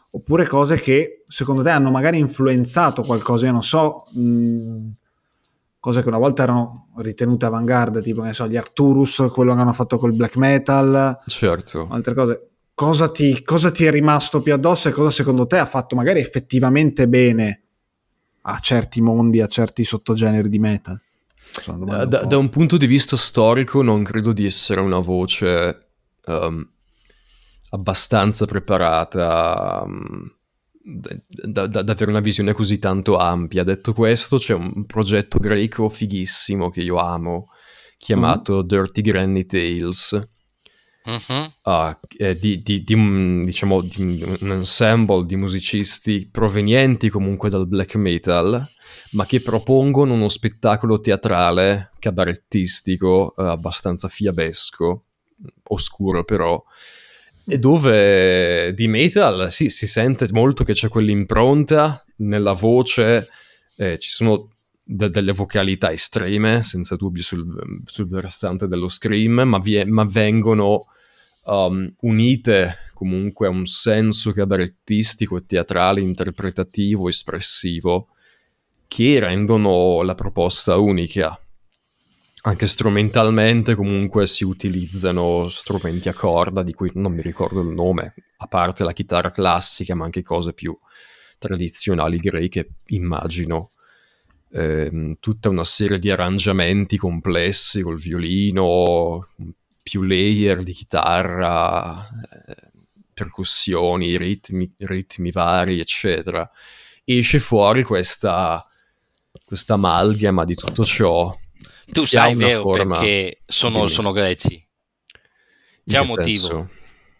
oppure cose che secondo te hanno magari influenzato qualcosa, io non so, mh, cose che una volta erano ritenute avanguardia, tipo, ne so, gli Arturus, quello che hanno fatto col black metal, certo. altre cose. Cosa ti, cosa ti è rimasto più addosso e cosa secondo te ha fatto magari effettivamente bene a certi mondi, a certi sottogeneri di metal? Da, da, da un punto di vista storico non credo di essere una voce um, abbastanza preparata um, da, da, da avere una visione così tanto ampia. Detto questo, c'è un progetto greco fighissimo che io amo, chiamato mm. Dirty Granny Tales. Mm-hmm. Uh, eh, di, di, di, un, diciamo, di un ensemble di musicisti provenienti comunque dal black metal, ma che propongono uno spettacolo teatrale cabarettistico uh, abbastanza fiabesco, oscuro però, e dove di metal sì, si sente molto che c'è quell'impronta nella voce, eh, ci sono de- delle vocalità estreme senza dubbio sul, sul versante dello scream, ma, vie- ma vengono Um, unite comunque a un senso cabarettistico e teatrale, interpretativo, espressivo, che rendono la proposta unica. Anche strumentalmente comunque si utilizzano strumenti a corda di cui non mi ricordo il nome, a parte la chitarra classica, ma anche cose più tradizionali greche, immagino. Eh, tutta una serie di arrangiamenti complessi col violino, più layer di chitarra, eh, percussioni, ritmi, ritmi vari, eccetera. Esce fuori questa, questa amalgama di tutto ciò. Tu sai, vero, forma... perché sono, sono greci. C'è un motivo. Senso?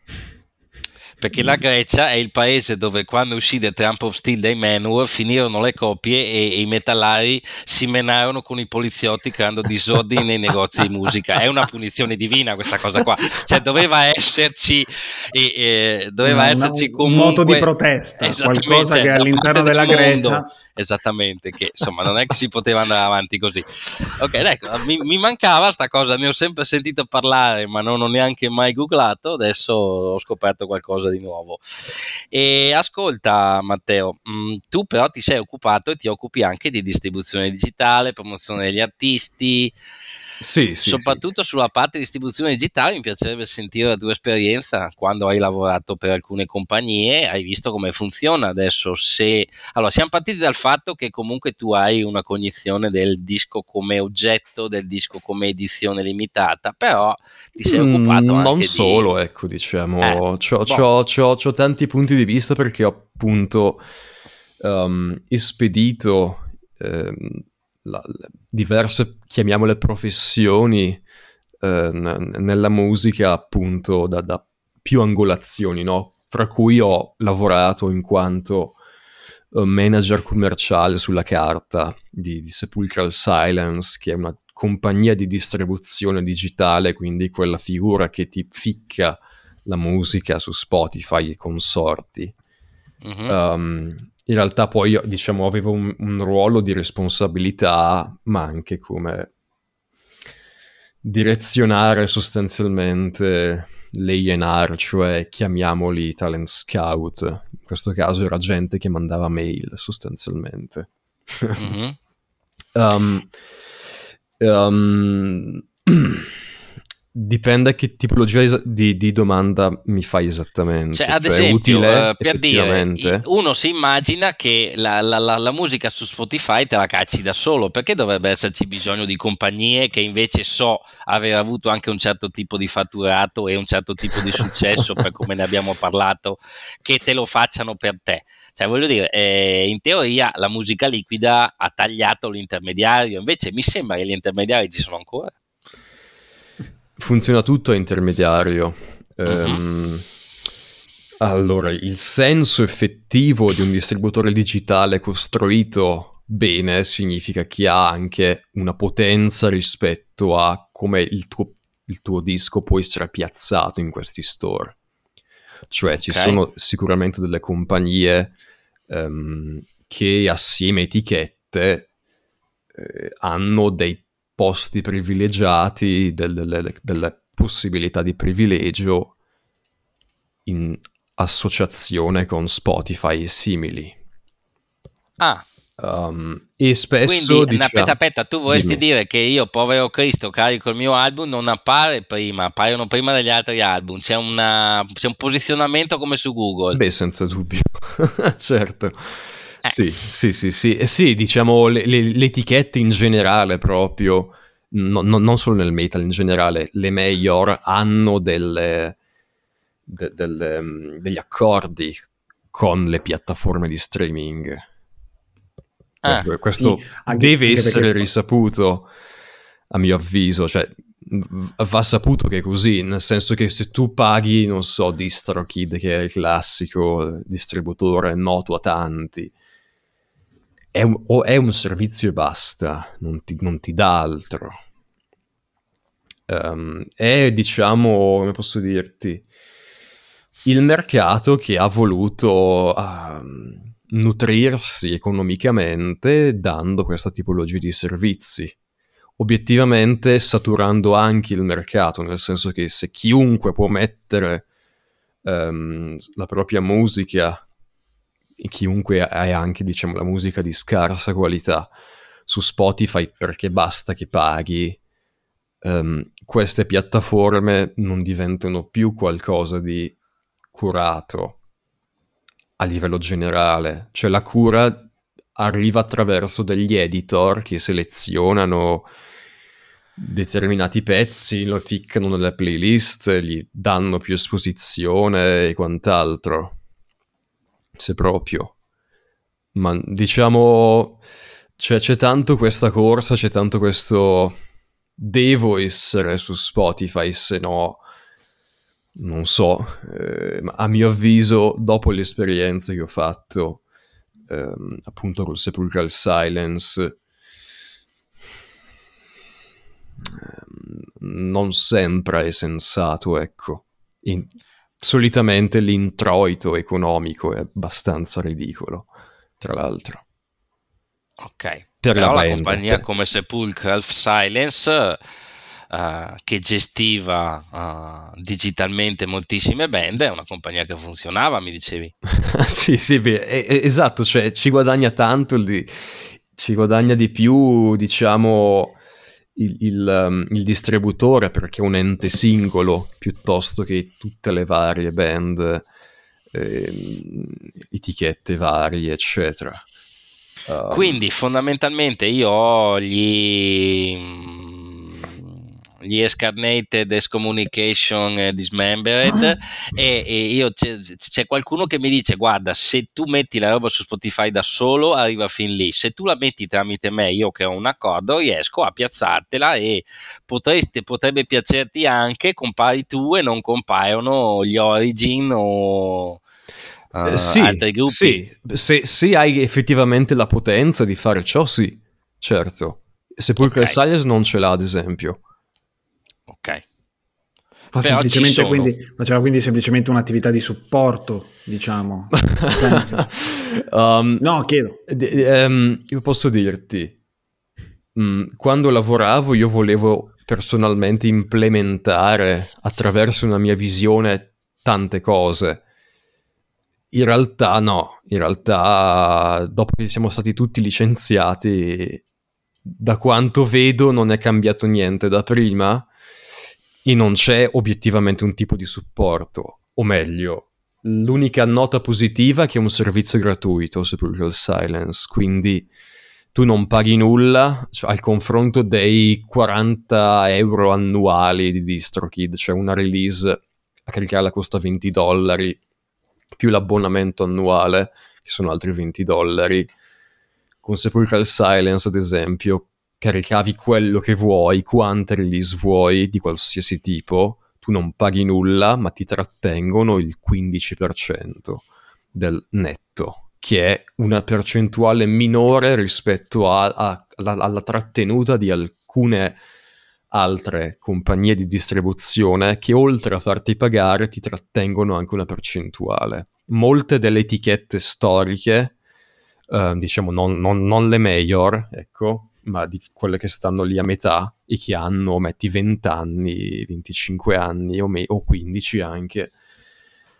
Perché la Grecia è il paese dove, quando uscì The Tramp of Steel dei Manowar, finirono le coppie e, e i metallari si menarono con i poliziotti creando disordini nei negozi di musica. È una punizione divina questa cosa qua, cioè doveva esserci e, e, doveva una, esserci una, comunque un moto di protesta, qualcosa cioè, che all'interno della Grecia, esattamente, che insomma non è che si poteva andare avanti così. Ok, ecco, mi, mi mancava sta cosa, ne ho sempre sentito parlare ma non ho neanche mai googlato, adesso ho scoperto qualcosa di nuovo. E ascolta Matteo, mh, tu però ti sei occupato e ti occupi anche di distribuzione digitale, promozione degli artisti. Sì, sì, soprattutto sì. Sulla parte distribuzione digitale mi piacerebbe sentire la tua esperienza quando hai lavorato per alcune compagnie, hai visto come funziona adesso. Se allora siamo partiti dal fatto che comunque tu hai una cognizione del disco come oggetto, del disco come edizione limitata, però ti sei occupato mm, anche non di... solo, ecco, diciamo, eh, c'ho, bon. c'ho, c'ho, c'ho tanti punti di vista perché ho appunto um, espedito um, La, le diverse, chiamiamole, professioni eh, n- nella musica, appunto da, da più angolazioni, no? Fra cui ho lavorato in quanto uh, manager commerciale sulla carta di, di Sepulchral Silence, che è una compagnia di distribuzione digitale, quindi quella figura che ti ficca la musica su Spotify e consorti. Mm-hmm. Um, in realtà poi io, diciamo, avevo un, un ruolo di responsabilità, ma anche come direzionare sostanzialmente l'A and R, cioè chiamiamoli talent scout. In questo caso era gente che mandava mail sostanzialmente. Mm-hmm. um, um, Dipende che tipologia di, di domanda mi fai esattamente. Cioè, ad cioè, esempio, utile, uh, per dire, uno si immagina che la, la, la, la musica su Spotify te la cacci da solo, perché dovrebbe esserci bisogno di compagnie che invece so aver avuto anche un certo tipo di fatturato e un certo tipo di successo, per come ne abbiamo parlato, che te lo facciano per te. Cioè, voglio dire, eh, in teoria la musica liquida ha tagliato l'intermediario, invece mi sembra che gli intermediari ci sono ancora. Funziona tutto a intermediario. Uh-huh. Um, allora, il senso effettivo di un distributore digitale costruito bene significa che ha anche una potenza rispetto a come il tuo, il tuo disco può essere piazzato in questi store. Cioè, okay, ci sono sicuramente delle compagnie um, che assieme a etichette eh, hanno dei posti privilegiati, delle, delle, delle possibilità di privilegio in associazione con Spotify e simili. Ah. Um, e spesso Quindi, diciamo, aspetta, aspetta, tu vorresti dimmi. dire che io, povero Cristo, carico il mio album, non appare prima, appaiono prima degli altri album, c'è, una, c'è un posizionamento come su Google. Beh, senza dubbio, certo. Eh. Sì, sì, sì, sì, e sì, diciamo le, le, le etichette in generale proprio, no, no, non solo nel metal, in generale, le major hanno delle, de, delle, um, degli accordi con le piattaforme di streaming. Ah. Questo, questo Sì, anche- deve anche essere perché- risaputo, a mio avviso, cioè va saputo che è così, nel senso che se tu paghi, non so, DistroKid, che è il classico distributore noto a tanti, è un, o è un servizio e basta, non ti, non ti dà altro. Um, è, diciamo, come posso dirti, il mercato che ha voluto uh, nutrirsi economicamente dando questa tipologia di servizi, obiettivamente saturando anche il mercato, nel senso che se chiunque può mettere um, la propria musica, e chiunque ha anche, diciamo, la musica di scarsa qualità su Spotify, perché basta che paghi, um, queste piattaforme non diventano più qualcosa di curato a livello generale, cioè la cura arriva attraverso degli editor che selezionano determinati pezzi, lo ficcano nelle playlist, gli danno più esposizione e quant'altro, se proprio. Ma diciamo c'è, c'è tanto questa corsa, c'è tanto questo devo essere su Spotify, se no non so, eh, ma a mio avviso, dopo l'esperienza che ho fatto ehm, appunto col Sepulchral Silence, ehm, non sempre è sensato, ecco. In- solitamente l'introito economico è abbastanza ridicolo, tra l'altro. Ok, Per però la la band. compagnia come Sepulchral Silence, uh, che gestiva uh, digitalmente moltissime band, è una compagnia che funzionava, mi dicevi. Sì, sì, beh, è- è- esatto, cioè ci guadagna tanto, il di- ci guadagna di più, diciamo, il, il, um, il distributore, perché è un ente singolo, piuttosto che tutte le varie band, ehm, etichette varie, eccetera. Um, Quindi fondamentalmente io ho gli, gli Escarnated, Excommunication, eh, Dismembered e, e io c'è, c'è qualcuno che mi dice guarda, se tu metti la roba su Spotify da solo arriva fin lì, se tu la metti tramite me, io che ho un accordo, riesco a piazzartela e potresti, potrebbe piacerti anche, compari tu e non compaiono gli Origin o Uh, eh, sì, altri gruppi. sì, se, se hai effettivamente la potenza di fare ciò, sì, certo. Sepulchral Ok. Silence non ce l'ha, ad esempio. Ok. Fa Però ci semplicemente sono. quindi, faceva quindi semplicemente un'attività di supporto, diciamo. um, No, chiedo. d- um, io posso dirti, mh, quando lavoravo io volevo personalmente implementare attraverso una mia visione tante cose. In realtà no, in realtà dopo che siamo stati tutti licenziati, da quanto vedo non è cambiato niente da prima e non c'è obiettivamente un tipo di supporto, o meglio, l'unica nota positiva è che è un servizio gratuito, Sepulchral Silence, quindi tu non paghi nulla, cioè, al confronto dei quaranta euro annuali di DistroKid, cioè una release a caricarla costa venti dollari, più l'abbonamento annuale, che sono altri venti dollari. Con Sepulchral Silence, ad esempio, caricavi quello che vuoi, quante release vuoi, di qualsiasi tipo, tu non paghi nulla, ma ti trattengono il quindici per cento del netto, che è una percentuale minore rispetto a, a, alla, alla trattenuta di alcune altre compagnie di distribuzione che oltre a farti pagare ti trattengono anche una percentuale. Molte delle etichette storiche, eh, diciamo non, non, non le major, ecco, ma di quelle che stanno lì a metà e che hanno, metti, venti anni, venticinque anni o, me- o quindici anche,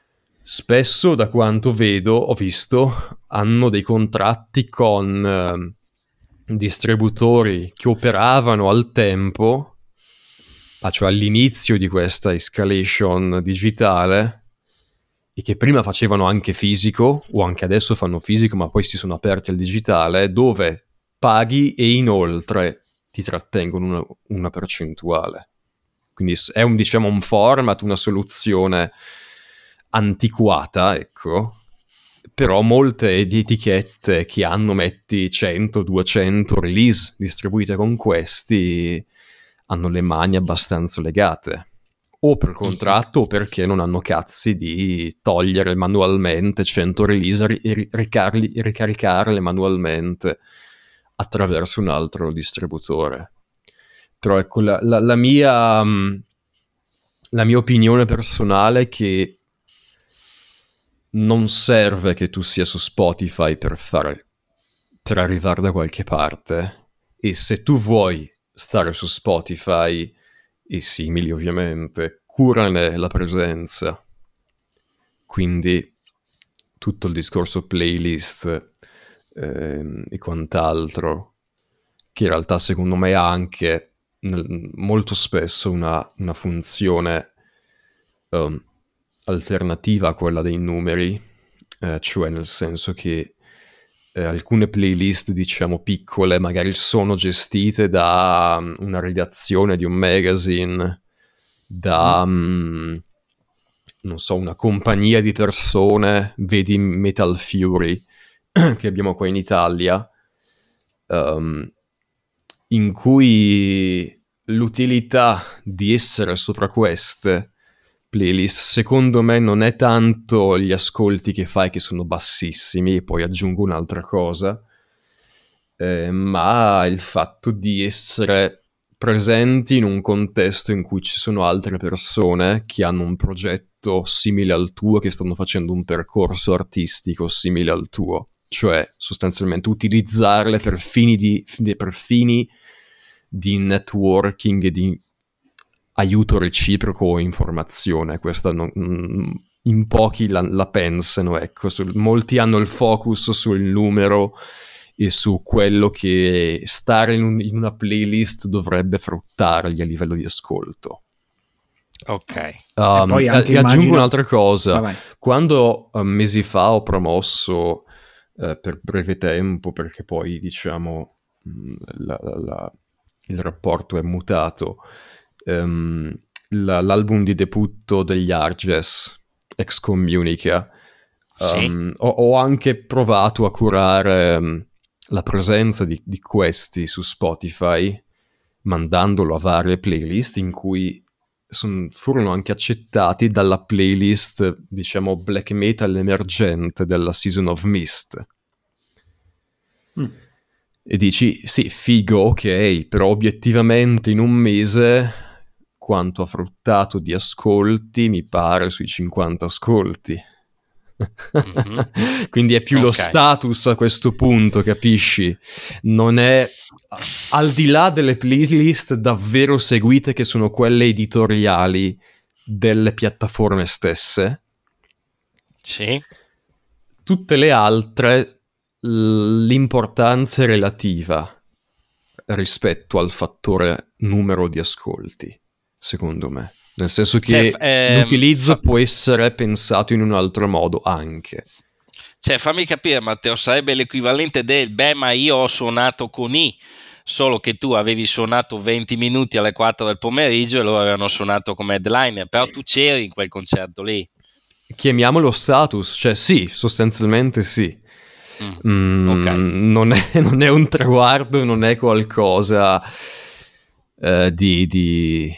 spesso, da quanto vedo, ho visto, hanno dei contratti con eh, distributori che operavano al tempo, ah, cioè all'inizio di questa escalation digitale, e che prima facevano anche fisico, o anche adesso fanno fisico, ma poi si sono aperti al digitale, dove paghi e inoltre ti trattengono una, una percentuale. Quindi è un, diciamo, un format, una soluzione antiquata, ecco, però molte di etichette che hanno, metti, cento duecento release distribuite con questi, hanno le mani abbastanza legate, o per contratto o perché non hanno cazzi di togliere manualmente cento release e ricarli, ricaricarle manualmente attraverso un altro distributore. Però ecco, la, la, la mia la mia opinione personale è che non serve che tu sia su Spotify per fare per arrivare da qualche parte, e se tu vuoi stare su Spotify e simili, ovviamente, curane la presenza. Quindi tutto il discorso playlist eh, e quant'altro, che in realtà secondo me ha anche nel, molto spesso una, una funzione um, alternativa a quella dei numeri, eh, cioè nel senso che eh, alcune playlist, diciamo, piccole magari sono gestite da um, una redazione di un magazine, da um, non so, una compagnia di persone, vedi Metal Fury che abbiamo qua in Italia, um, in cui l'utilità di essere sopra queste playlist secondo me non è tanto gli ascolti che fai, che sono bassissimi, e poi aggiungo un'altra cosa, eh, ma il fatto di essere presenti in un contesto in cui ci sono altre persone che hanno un progetto simile al tuo, che stanno facendo un percorso artistico simile al tuo, cioè sostanzialmente utilizzarle per fini di, per fini di networking e di aiuto reciproco o informazione. Questa non, in pochi la, la pensano, ecco. Sul, molti hanno il focus sul numero e su quello che stare in, un, in una playlist dovrebbe fruttargli a livello di ascolto. Ok. Um, e poi anche e immagino... aggiungo un'altra cosa. Vai, vai. Quando uh, mesi fa ho promosso uh, per breve tempo, perché poi diciamo la, la, la, il rapporto è mutato, um, la, l'album di debutto degli Arges, Excommunica, um, sì. ho, ho anche provato a curare um, la presenza di, di questi su Spotify, mandandolo a varie playlist in cui son, furono anche accettati dalla playlist, diciamo, black metal emergente della Season of Mist. Mm. E dici, sì, figo, ok, però obiettivamente in un mese quanto ha fruttato di ascolti? Mi pare sui cinquanta ascolti. Mm-hmm. Quindi è più okay. Lo status a questo punto, capisci? Non è, al di là delle playlist davvero seguite, che sono quelle editoriali delle piattaforme stesse, sì. Tutte le altre l'importanza è relativa rispetto al fattore numero di ascolti, secondo me. Nel senso che cioè, ehm, l'utilizzo fa... può essere pensato in un altro modo anche. Cioè, fammi capire, Matteo, sarebbe l'equivalente del beh, ma io ho suonato con I, solo che tu avevi suonato venti minuti alle quattro del pomeriggio e loro avevano suonato come headliner, però tu c'eri in quel concerto lì. Chiamiamolo status, cioè sì, sostanzialmente sì. Mm, mm, okay. non, è, non è un traguardo, non è qualcosa eh, di... di...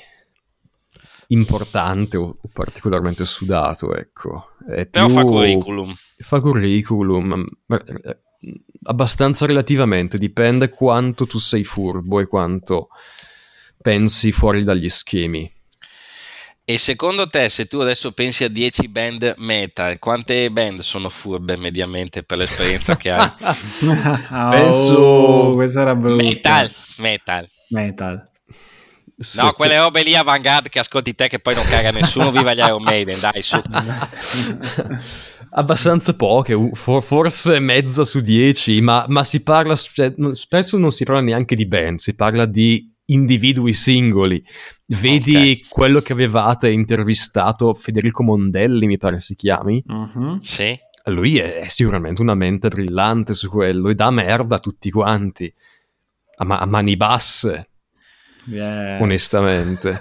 importante o particolarmente sudato, ecco. È però più... fa curriculum. Fa curriculum, abbastanza relativamente, dipende quanto tu sei furbo e quanto pensi fuori dagli schemi. E secondo te, se tu adesso pensi a dieci band metal, quante band sono furbe mediamente per l'esperienza che hai? oh, penso... questa era brutta. Metal, metal. Metal. No, se quelle robe lì avant-garde che ascolti te che poi non caga nessuno, viva gli Iron Maiden, dai, su. Abbastanza poche, for- forse mezza su dieci, ma, ma si parla, cioè, spesso non si parla neanche di band, si parla di individui singoli. Vedi okay. quello che avevate intervistato, Federico Mondelli mi pare si chiami. Uh-huh. Sì. Lui è, è sicuramente una mente brillante su quello e dà merda a tutti quanti, a, ma- a mani basse, yes. Onestamente.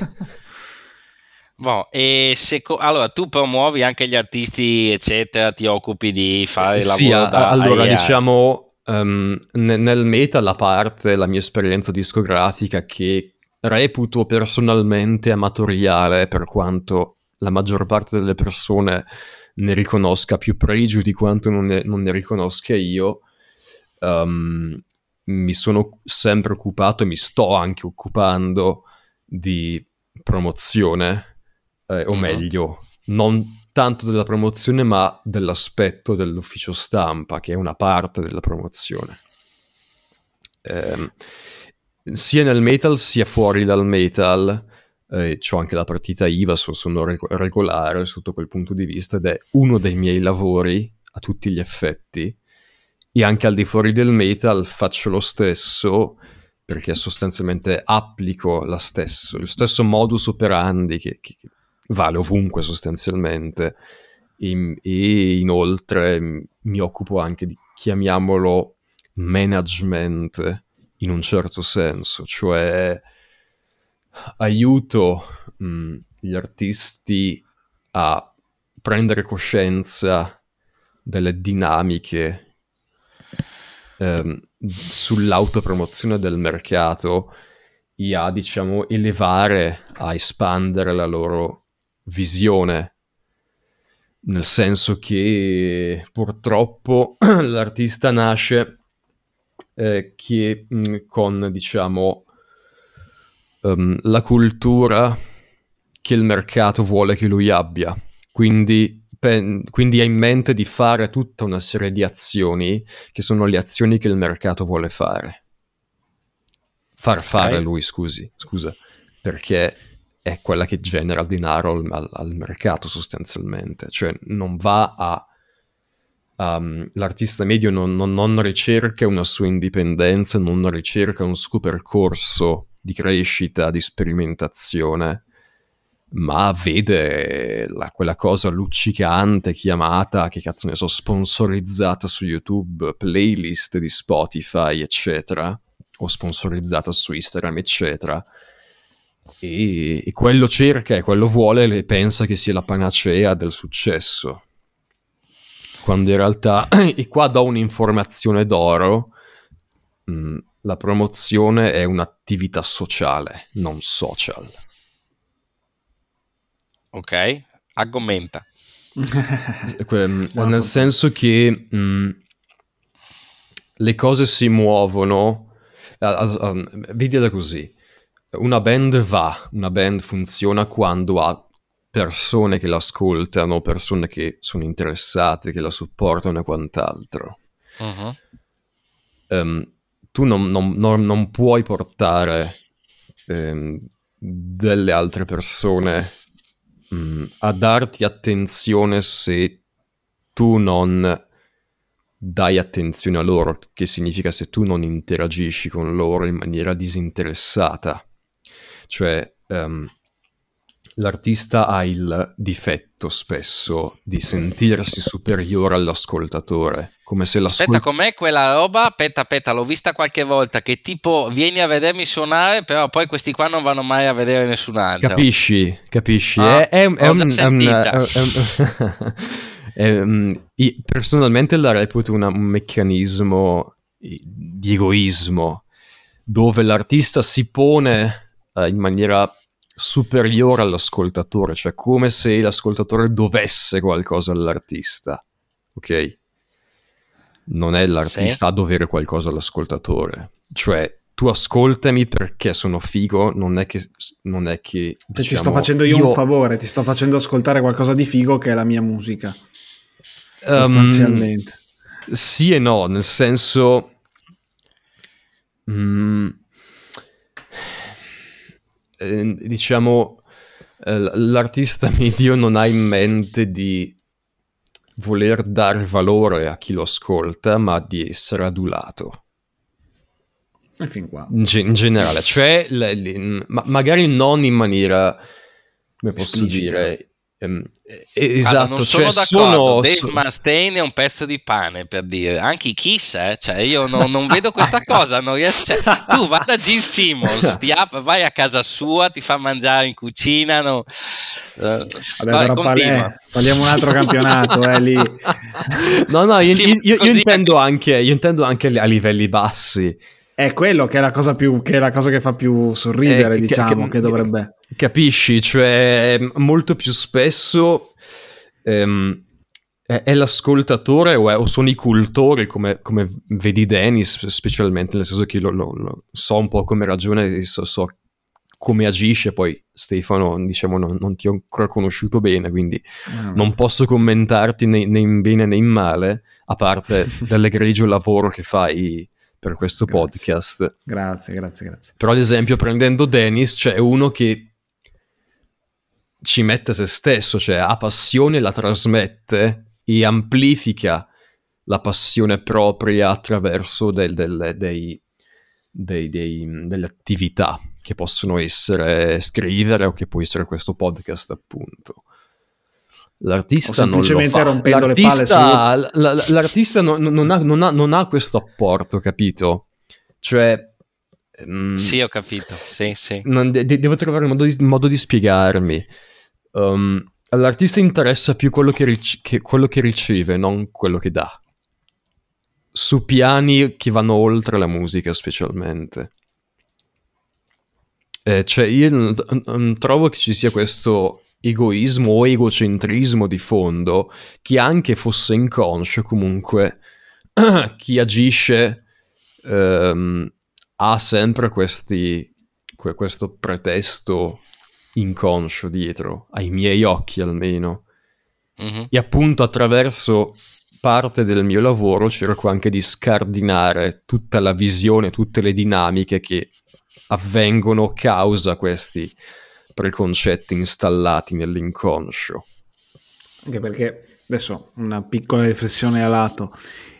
Boh, e se co- allora tu promuovi anche gli artisti eccetera, ti occupi di fare il sì, lavoro da allora A I. Diciamo um, n- nel metal, a parte la mia esperienza discografica che reputo personalmente amatoriale, per quanto la maggior parte delle persone ne riconosca più pregio di quanto non ne, non ne riconosca io, um, mi sono sempre occupato e mi sto anche occupando di promozione. Eh, o uh-huh. meglio, non tanto della promozione, ma dell'aspetto dell'ufficio stampa, che è una parte della promozione. Eh, sia nel metal sia fuori dal metal, eh, c'ho anche la partita I V A, so, sono reg- regolare sotto quel punto di vista, ed è uno dei miei lavori a tutti gli effetti. E anche al di fuori del metal faccio lo stesso, perché sostanzialmente applico la stesso, lo stesso modus operandi che, che vale ovunque sostanzialmente, e, e inoltre mi occupo anche di, chiamiamolo, management in un certo senso, cioè aiuto mh, gli artisti a prendere coscienza delle dinamiche ehm, sull'autopromozione del mercato e a, diciamo, elevare, a espandere la loro visione, nel senso che purtroppo l'artista nasce eh, che mh, con, diciamo, um, la cultura che il mercato vuole che lui abbia, quindi, pe- quindi ha in mente di fare tutta una serie di azioni che sono le azioni che il mercato vuole fare. Far fare okay. lui, scusi, scusa, perché è quella che genera denaro al, al, al mercato sostanzialmente, cioè non va a um, l'artista medio non, non, non ricerca una sua indipendenza, non ricerca un suo percorso di crescita, di sperimentazione, ma vede la, quella cosa luccicante chiamata, che cazzo ne so, sponsorizzata su YouTube, playlist di Spotify, eccetera, o sponsorizzata su Instagram, eccetera, e, e quello cerca e quello vuole e pensa che sia la panacea del successo, quando in realtà, e qua do un'informazione d'oro, mh, la promozione è un'attività sociale, non social. Ok, argomenta. Nel senso che mh, le cose si muovono, uh, uh, uh, vedila così, una band va, una band funziona quando ha persone che l'ascoltano, persone che sono interessate, che la supportano e quant'altro. Uh-huh. Um, tu non, non, non, non puoi portare um, delle altre persone um, a darti attenzione se tu non dai attenzione a loro, che significa se tu non interagisci con loro in maniera disinteressata. Cioè, um, l'artista ha il difetto spesso di sentirsi superiore all'ascoltatore, come se l'ascoltatore... Aspetta, com'è quella roba? Aspetta, aspetta, l'ho vista qualche volta, che tipo vieni a vedermi suonare, però poi questi qua non vanno mai a vedere nessun altro. Capisci, capisci. Ah, è, è, è, un, è, un, è, un, è un... Personalmente la reputo una, un meccanismo di egoismo, dove l'artista si pone uh, in maniera superiore all'ascoltatore, cioè come se l'ascoltatore dovesse qualcosa all'artista, ok? Non è l'artista sì. a dovere qualcosa all'ascoltatore, cioè tu ascoltami perché sono figo, non è che non è che cioè, diciamo, ti sto facendo io, io un favore, ti sto facendo ascoltare qualcosa di figo che è la mia musica, sostanzialmente. Um, sì e no, nel senso mm, eh, diciamo, eh, l'artista medio non ha in mente di voler dare valore a chi lo ascolta, ma di essere adulato. E fin qua. In, ge- in generale, cioè, le, le, ma- magari non in maniera, come posso esplicita. dire... Um, esatto, allora, non sono cioè d'accordo. Dave sono... Mustaine è un pezzo di pane, per dire. Anche i Kiss, eh? Cioè, io non, non vedo questa cosa. Non riesco... cioè, tu vai da Gene Simmons, ti ap- vai a casa sua, ti fa mangiare in cucina. No? Uh, Vabbè, vai, però parli- eh, parliamo un altro campionato, eh, lì. No, no, io, Sì, io- io così intendo anche- anche, io intendo anche a livelli bassi. È quello che è la cosa più che è la cosa che fa più sorridere, Eh, diciamo, ca- che dovrebbe. Capisci? Cioè, molto più spesso ehm, è, è l'ascoltatore o, è- o sono i cultori, come, come vedi Dennis, specialmente, nel senso che lo, lo- lo- so un po' come ragione, so, so come agisce, poi Stefano, diciamo, non, non ti ho ancora conosciuto bene, quindi Ah, non posso commentarti né, né in bene né in male, a parte dell'egregio lavoro che fai per questo Grazie. podcast. Grazie, grazie, grazie. Però ad esempio prendendo Dennis c'è uno che ci mette se stesso, cioè ha passione, la trasmette e amplifica la passione propria attraverso del, del, dei, dei, dei, delle attività che possono essere scrivere o che può essere questo podcast, appunto. L'artista O non lo semplicemente fa. rompendo le L'artista, l- l- l'artista non, non, ha, non, ha, non ha questo apporto, capito? Cioè... mm, Sì, ho capito. Sì, sì. non de- de- devo trovare un modo di, modo di spiegarmi. Um, all'artista interessa più quello che, ric- che quello che riceve, non quello che dà. Su piani che vanno oltre la musica, specialmente. Eh, cioè, io n- n- trovo che ci sia questo egoismo o egocentrismo di fondo, che anche fosse inconscio, comunque, chi agisce ehm, ha sempre questi, que- questo pretesto inconscio dietro, ai miei occhi almeno. Mhm. E appunto attraverso parte del mio lavoro cerco anche di scardinare tutta la visione, tutte le dinamiche che avvengono causa questi preconcetti installati nell'inconscio. Anche perché adesso una piccola riflessione a lato.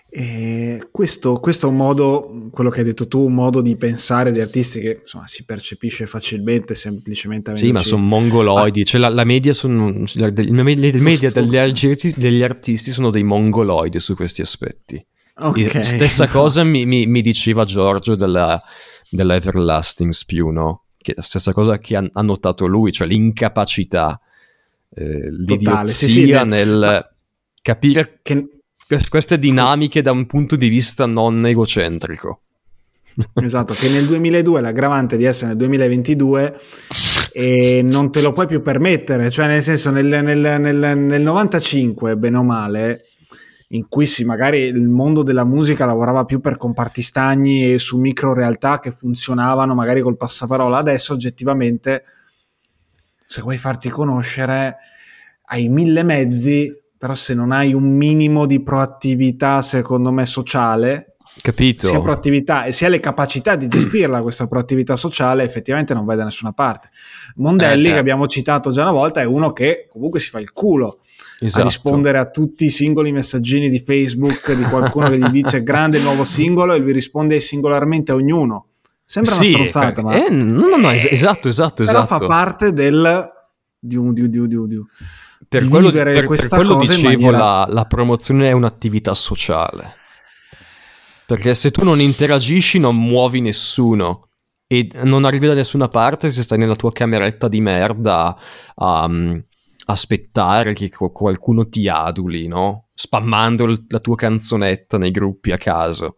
E questo, questo è un modo, quello che hai detto tu, un modo di pensare di artisti che insomma si percepisce facilmente semplicemente Sì, ma avendoci- sono mongoloidi, cioè la, la media sono la, del- la media Sono media stu- degli, artisti, degli artisti sono dei mongoloidi su questi aspetti. Ok. E stessa cosa mi, mi- mi diceva Giorgio della, della Everlasting Spew, no? Che è la stessa cosa che ha, ha notato lui, cioè l'incapacità, eh, l'idiozia sì, sì, beh, nel ma- capire che- que- queste dinamiche da un punto di vista non egocentrico. Esatto, che nel duemiladue l'aggravante di essere nel duemilaventidue e non te lo puoi più permettere, cioè nel senso nel, nel, nel, nel novantacinque, bene o male, in cui sì, magari il mondo della musica lavorava più per comparti stagni e su micro realtà che funzionavano magari col passaparola, adesso oggettivamente se vuoi farti conoscere hai mille mezzi, però se non hai un minimo di proattività secondo me sociale, Capito? sia proattività e sia le capacità di gestirla questa proattività sociale, effettivamente non vai da nessuna parte. Mondelli, Eh, già. che abbiamo citato già una volta, è uno che comunque si fa il culo Esatto. a rispondere a tutti i singoli messaggini di Facebook di qualcuno che gli dice grande il nuovo singolo e lui risponde singolarmente a ognuno. Sembra una Sì, stronzata, eh, ma eh, no, no, no, es- esatto, esatto, però esatto. fa parte del di un, di, di, di, di, Per di quello, vivere per- per questa quello cosa in dicevo, maniera- la, la promozione è un'attività sociale. Perché se tu non interagisci non muovi nessuno e non arrivi da nessuna parte se stai nella tua cameretta di merda a um, aspettare che co- qualcuno ti aduli, no? Spammando il- la tua canzonetta nei gruppi a caso.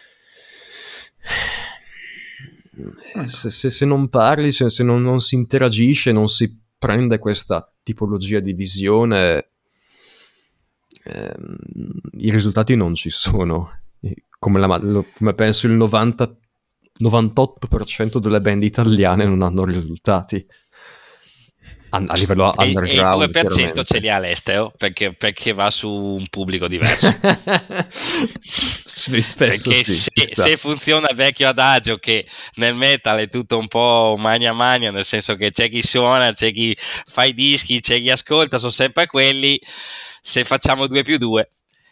Se, se- se non parli, se, se non, non si interagisce, non si prende questa tipologia di visione, ehm, i risultati non ci sono. E Come, la, lo- come penso il novanta, novantotto per cento delle band italiane non hanno risultati. a, a livello e, underground. E il due per cento ce li ha all'estero perché, perché va su un pubblico diverso. Spesso perché sì, se, se funziona il vecchio adagio che nel metal è tutto un po' magna magna, nel senso che c'è chi suona, c'è chi fa i dischi, c'è chi ascolta, sono sempre quelli. Se facciamo due più due.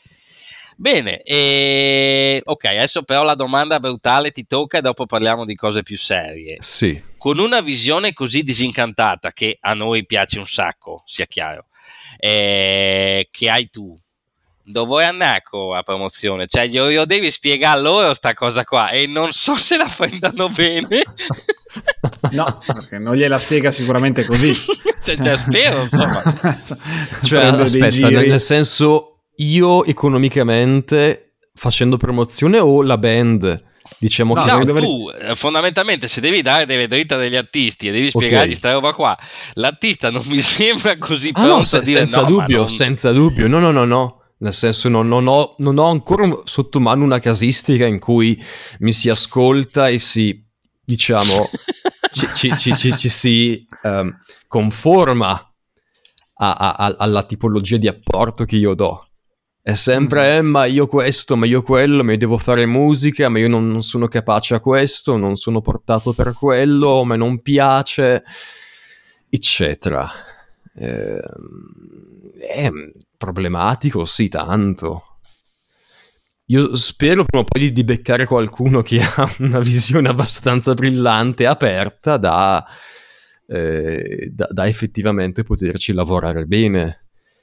Bene, e... ok, adesso però la domanda brutale ti tocca e dopo parliamo di cose più serie. Sì. Con una visione così disincantata, che a noi piace un sacco, sia chiaro, eh, che hai tu, dove vuoi andare con la promozione? Cioè, io, io devi spiegare loro sta cosa qua e non so se la prendano bene. No, perché non gliela spiega sicuramente così. cioè, cioè, spero, insomma. Cioè, aspetta, nel, nel senso... Io economicamente facendo promozione o la band? Diciamo no, che no, dovresti... tu fondamentalmente se devi dare delle dritte degli artisti e devi spiegargli okay. sta roba qua, l'artista non mi sembra così ah, pronto no, se, a dire senza no, dubbio, non... senza dubbio, no no no no, nel senso non, non, ho, non ho ancora sotto mano una casistica in cui mi si ascolta e si, diciamo, ci, ci, ci, ci, ci si um, conforma a, a, a, alla tipologia di apporto che io do. È sempre, eh, ma io questo, ma io quello, ma io devo fare musica, ma io non, non sono capace a questo, non sono portato per quello, ma non piace, eccetera. Eh, è problematico, sì, tanto. Io spero prima o poi di, di beccare qualcuno che ha una visione abbastanza brillante, aperta, da, eh, da, da effettivamente poterci lavorare bene.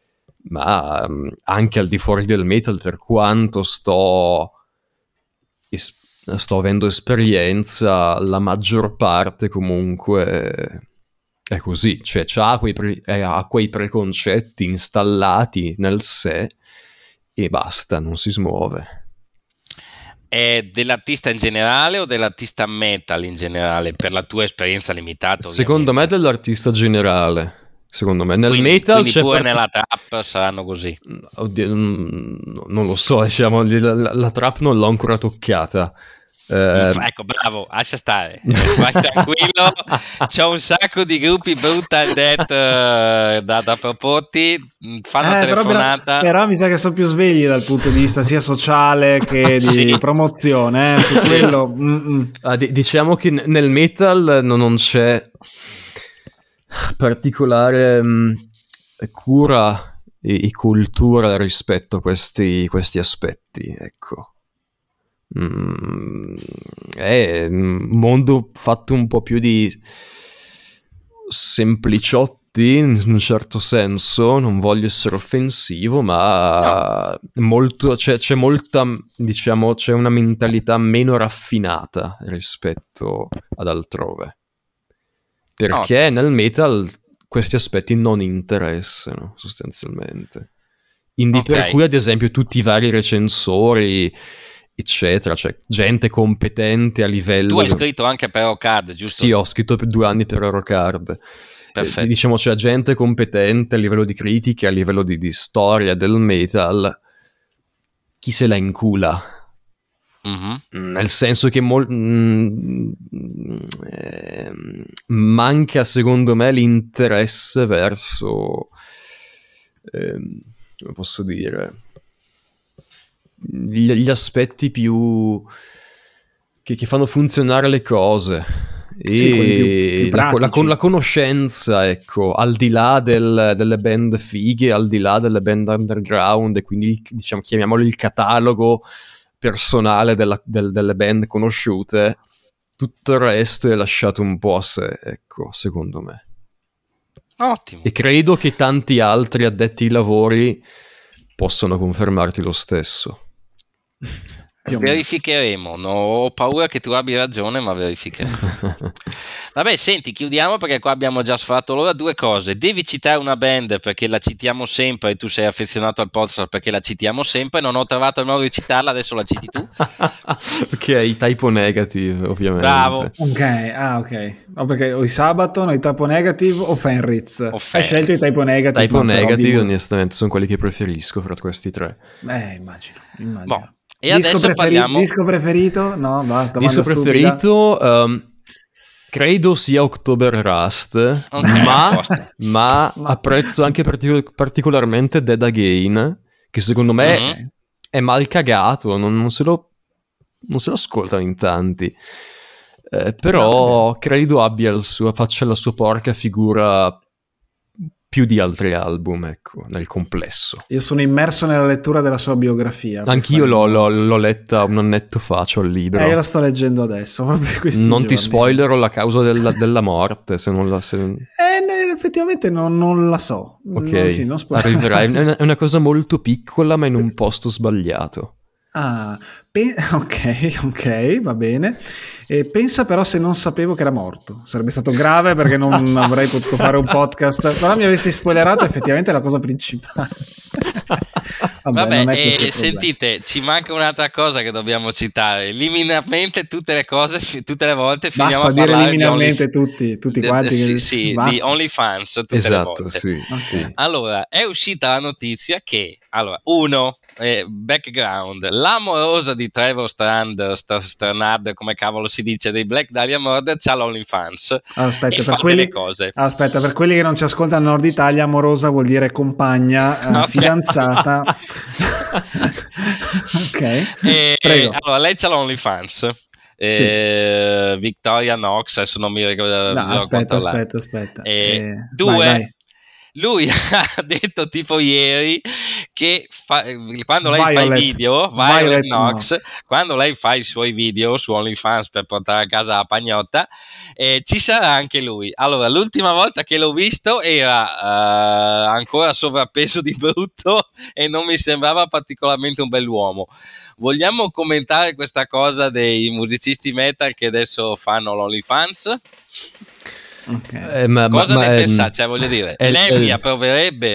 Ma um, anche al di fuori del metal, per quanto sto es- sto avendo esperienza, la maggior parte comunque è così, cioè c'ha quei pre- eh, ha quei preconcetti installati nel sé e basta, non si smuove. È dell'artista in generale o dell'artista metal in generale, per la tua esperienza limitata? Secondo ovviamente. me dell'artista generale. Secondo me nel quindi, metal quindi c'è pure part- nella trap saranno così. Oddio, non lo so, diciamo, la, la, la trap non l'ho ancora toccata. Eh, ecco, bravo, lascia stare, vai tranquillo. C'ho un sacco di gruppi brutal death uh, da, da proporti. Fanno eh, telefonata. Però, però mi sa che sono più svegli dal punto di vista sia sociale che di sì. promozione. Eh, su quello. Ah, d- diciamo che n- nel metal no, non c'è particolare mh, cura e, e cultura rispetto a questi, questi aspetti, ecco. Mm, è un mondo fatto un po' più di sempliciotti in un certo senso, non voglio essere offensivo, ma no. molto, c'è, c'è molta, diciamo, c'è una mentalità meno raffinata rispetto ad altrove, perché oh. nel metal questi aspetti non interessano sostanzialmente. Indi okay. Per cui ad esempio tutti i vari recensori eccetera, cioè gente competente a livello... Tu hai scritto anche per Eurocard, giusto? Sì, ho scritto per due anni per Eurocard. Perfetto. Eh, diciamo, c'è gente competente a livello di critica, a livello di, di storia del metal, chi se la incula? Mm-hmm. Nel senso che mol- mm, eh, manca secondo me l'interesse verso... Eh, come posso dire... Gli, gli aspetti più che, che fanno funzionare le cose e sì, più, più la, la, con la conoscenza, ecco, al di là del, delle band fighe, al di là delle band underground, e quindi il, diciamo, chiamiamolo il catalogo personale della, del, delle band conosciute, tutto il resto è lasciato un po' a sé, ecco, secondo me. Ottimo. E credo che tanti altri addetti ai lavori possono confermarti lo stesso. Verificheremo, no, ho paura che tu abbia ragione, ma verificheremo. Vabbè, senti, chiudiamo perché qua abbiamo già sfatto l'ora. Due cose: devi citare una band perché la citiamo sempre e tu sei affezionato al podcast perché la citiamo sempre. Non ho trovato il modo di citarla, adesso la citi tu. Ok, Typo Negative, ovviamente. Bravo. Ok, ah ok. No, perché o i Sabaton, o i Typo Negative o Fenritz. O Hai scelto i Typo Negative. Typo Negative, però, onestamente, sono quelli che preferisco fra questi tre. Eh, immagino, immagino. Boh. E disco adesso preferi- parliamo... Disco preferito? No, basta. Disco preferito... Um, Credo sia October Rust, Okay, ma, apposta. ma Ma- apprezzo anche partic- particolarmente Dead Again, che secondo me Mhm. è mal cagato, non, non se lo, non se lo ascoltano in tanti. Eh, però credo abbia il suo, faccia la sua porca figura più di altri album, ecco, nel complesso. Io sono immerso nella lettura della sua biografia. per Anch'io fare l'ho, un- l'ho- l'ho letta un annetto fa, c'ho il libro. Eh, io la sto leggendo adesso. proprio questi Non ti giorni. spoilerò la causa della, della morte, se non la... Se... Eh, no, effettivamente non, non la so. Ok, Non, sì, non spoiler. arriverà. È una, è una cosa molto piccola, ma in un posto sbagliato. Ah, pe- ok, ok, va bene. E pensa però se non sapevo che era morto. Sarebbe stato grave perché non avrei potuto fare un podcast. Però mi avresti spoilerato effettivamente la cosa principale. Vabbè, Vabbè, non è e questo il problema. sentite, ci manca un'altra cosa che dobbiamo citare. Liminarmente tutte le cose, fi- tutte le volte finiamo Basta a dire parlare di liminarmente Only- tutti, tutti de- quanti. sì, che- sì, di basta. OnlyFans tutte le Esatto, volte. sì, Ok. sì. Allora, è uscita la notizia che, allora, uno, eh, background, l'amorosa di Trevor Strand, St- Strnad, come cavolo si dice, dei Black Dahlia Murder, c'ha l'OnlyFans Allora, aspetta, e per fa quelli... delle cose. Aspetta, per quelli che non ci ascoltano al Nord Italia, amorosa vuol dire compagna, eh, Ok. fidanzata. Ok, E- prego. allora, lei c'ha l'OnlyFans. Eh, Victoria Knox, adesso non mi ricordo. No, bisogna aspetta, controllare. aspetta, aspetta. Eh, Eh, due, vai, vai. lui ha detto tipo ieri che fa- quando lei fa i Violet. video, Violet Violet Knox, Knox. quando lei fa i suoi video su OnlyFans per portare a casa la pagnotta, eh, ci sarà anche lui. Allora, l'ultima volta che l'ho visto era eh, ancora sovrappeso di brutto e non mi sembrava particolarmente un bell'uomo. Vogliamo commentare questa cosa dei musicisti metal che adesso fanno l'OnlyFans? Ok. Eh, ma, ma- Cosa ma ne è- pensate? Cioè, voglio dire, è- Lemmy è- approverebbe?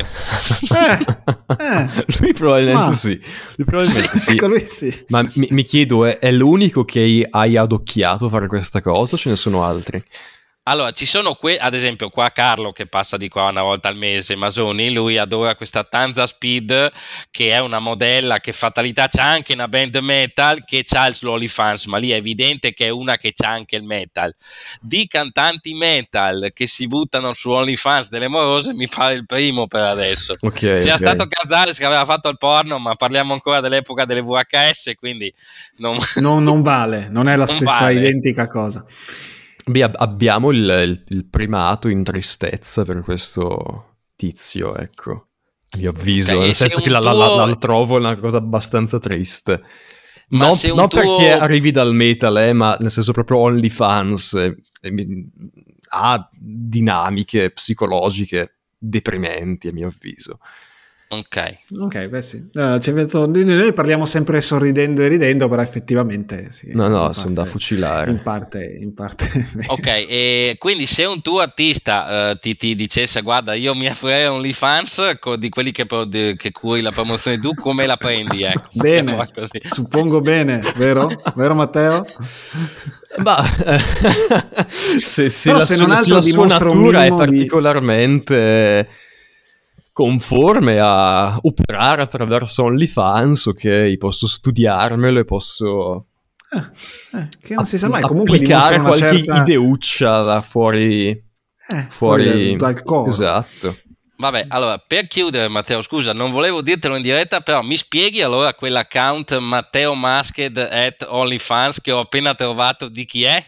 eh. Lui probabilmente Ma- sì. Lui probabilmente sì. Ecco, lui sì. Ma mi, mi chiedo, è, è l'unico che hai adocchiato a fare questa cosa o ce ne sono altri? Allora, ci sono que- ad esempio qua Carlo che passa di qua una volta al mese, Masoni, lui adora questa Tanza Speed che è una modella che fatalità c'ha anche una band metal che c'ha il suo OnlyFans, ma lì è evidente che è una che c'ha anche il metal. Di cantanti metal che si buttano su OnlyFans delle morose mi pare il primo per adesso. Ok, C'era ok. stato Casares che aveva fatto il porno, ma parliamo ancora dell'epoca delle V H S, quindi non, Non, non vale, non è la Non stessa vale. identica cosa. Beh, ab- abbiamo il, il- il primato in tristezza per questo tizio, ecco. A mio avviso, Ok, e nel se senso un che la, la- tuo- la- la trovo una cosa abbastanza triste. Ma non se un non tuo- perché arrivi dal metal, eh, ma nel senso proprio OnlyFans eh, e mi- ha dinamiche psicologiche deprimenti, a mio avviso. Ok. Ok, beh sì. Eh, ci vedo- noi parliamo sempre sorridendo e ridendo, però effettivamente sì. No, no, in sono da parte- fucilare. In parte, in parte. è vero. Ok, e quindi se un tuo artista eh, ti, ti dicesse guarda io mi aprirei OnlyFans co- di quelli che, pro- di- che curi la promozione, tu come la prendi? Ecco, Bene, mettiamola così. suppongo bene, vero? Vero Matteo? Ma eh, se, se Però la, se sua- non se altro la sua dimostra un natura è minimo di- particolarmente conforme a operare attraverso OnlyFans, ok, posso studiarmelo e posso Eh, che non si sa mai, app- comunque applicare dimostra una qualche certa... ideuccia da fuori, eh, fuori, fuori dal, dal coro. esatto. Vabbè, allora per chiudere Matteo, scusa, non volevo dirtelo in diretta, però mi spieghi allora quell'account Matteo Masked at OnlyFans che ho appena trovato, di chi è?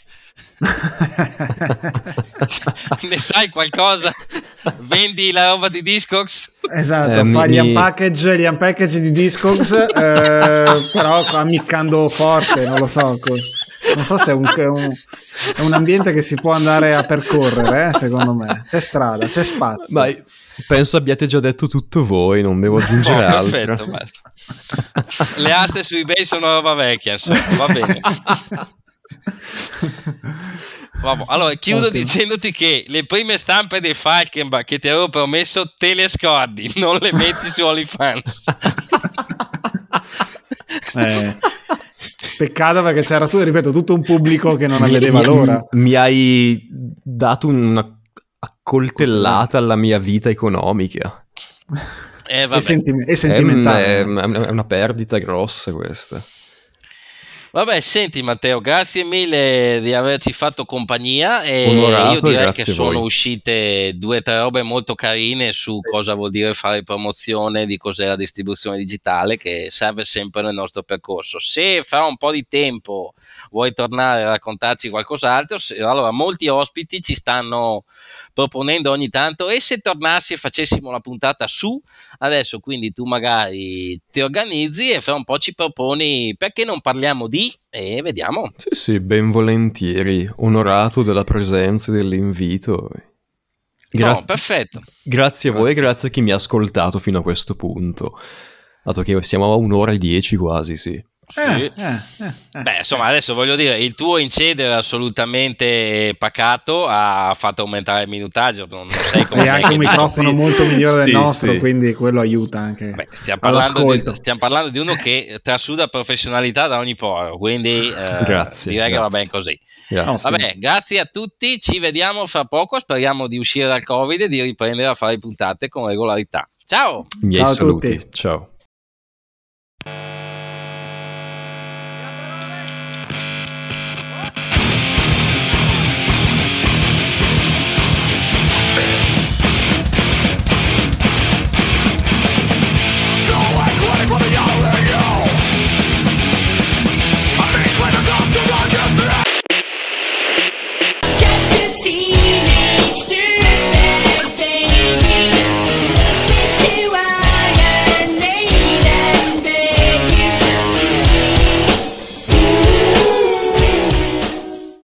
Ne sai qualcosa? Vendi la roba di Discogs? Esatto, Eh, fa mi- gli mi- unpackage, gli unpackage di Discogs, eh, però ammiccando forte, non lo so. co- Non so se è un, è un, è un ambiente che si può andare a percorrere, eh, secondo me. C'è strada, c'è spazio. Ma penso abbiate già detto tutto voi, non devo aggiungere Oh, altro. perfetto, basta. Le aste su eBay sono roba vecchia, insomma, va bene. Vabbè, allora chiudo Ottimo. dicendoti che le prime stampe dei Falkenbach che ti avevo promesso te le scordi, non le metti su OnlyFans. Eh, peccato perché c'era, tu ripeto, tutto un pubblico che non ne vedeva Mi- l'ora. Mi hai dato una accoltellata alla mia vita economica. Eh, E, vabbè. sentime- e È, sentimentale. è- è una perdita grossa questa. Vabbè, senti Matteo, grazie mille di averci fatto compagnia e Onorato, io direi grazie che a sono voi. uscite due o tre robe molto carine su cosa vuol dire fare promozione, di cos'è la distribuzione digitale, che serve sempre nel nostro percorso. Se fra un po' di tempo vuoi tornare a raccontarci qualcos'altro, se, allora molti ospiti ci stanno proponendo ogni tanto, e se tornassi e facessimo la puntata su adesso, quindi tu magari ti organizzi e fra un po' ci proponi perché non parliamo di, e vediamo. Sì, sì, ben volentieri, onorato della presenza e dell'invito. Grazie, no, perfetto. Grazie a voi e grazie a chi mi ha ascoltato fino a questo punto, dato che siamo a un'ora e dieci quasi, sì. Sì. Eh, eh, eh, eh, Beh, insomma, adesso voglio dire, il tuo incedere assolutamente pacato ha fatto aumentare il minutaggio. Non sei come e anche un microfono sì, molto migliore sì, del nostro, sì. quindi quello aiuta anche. Beh, stiamo, parlando all'ascolto. di, stiamo parlando di uno che trasuda professionalità da ogni poro, quindi eh, grazie, direi grazie. che va bene così. Grazie. Vabbè, grazie a tutti, ci vediamo fra poco, speriamo di uscire dal Covid e di riprendere a fare puntate con regolarità. Ciao! I miei Ciao a saluti, tutti. ciao.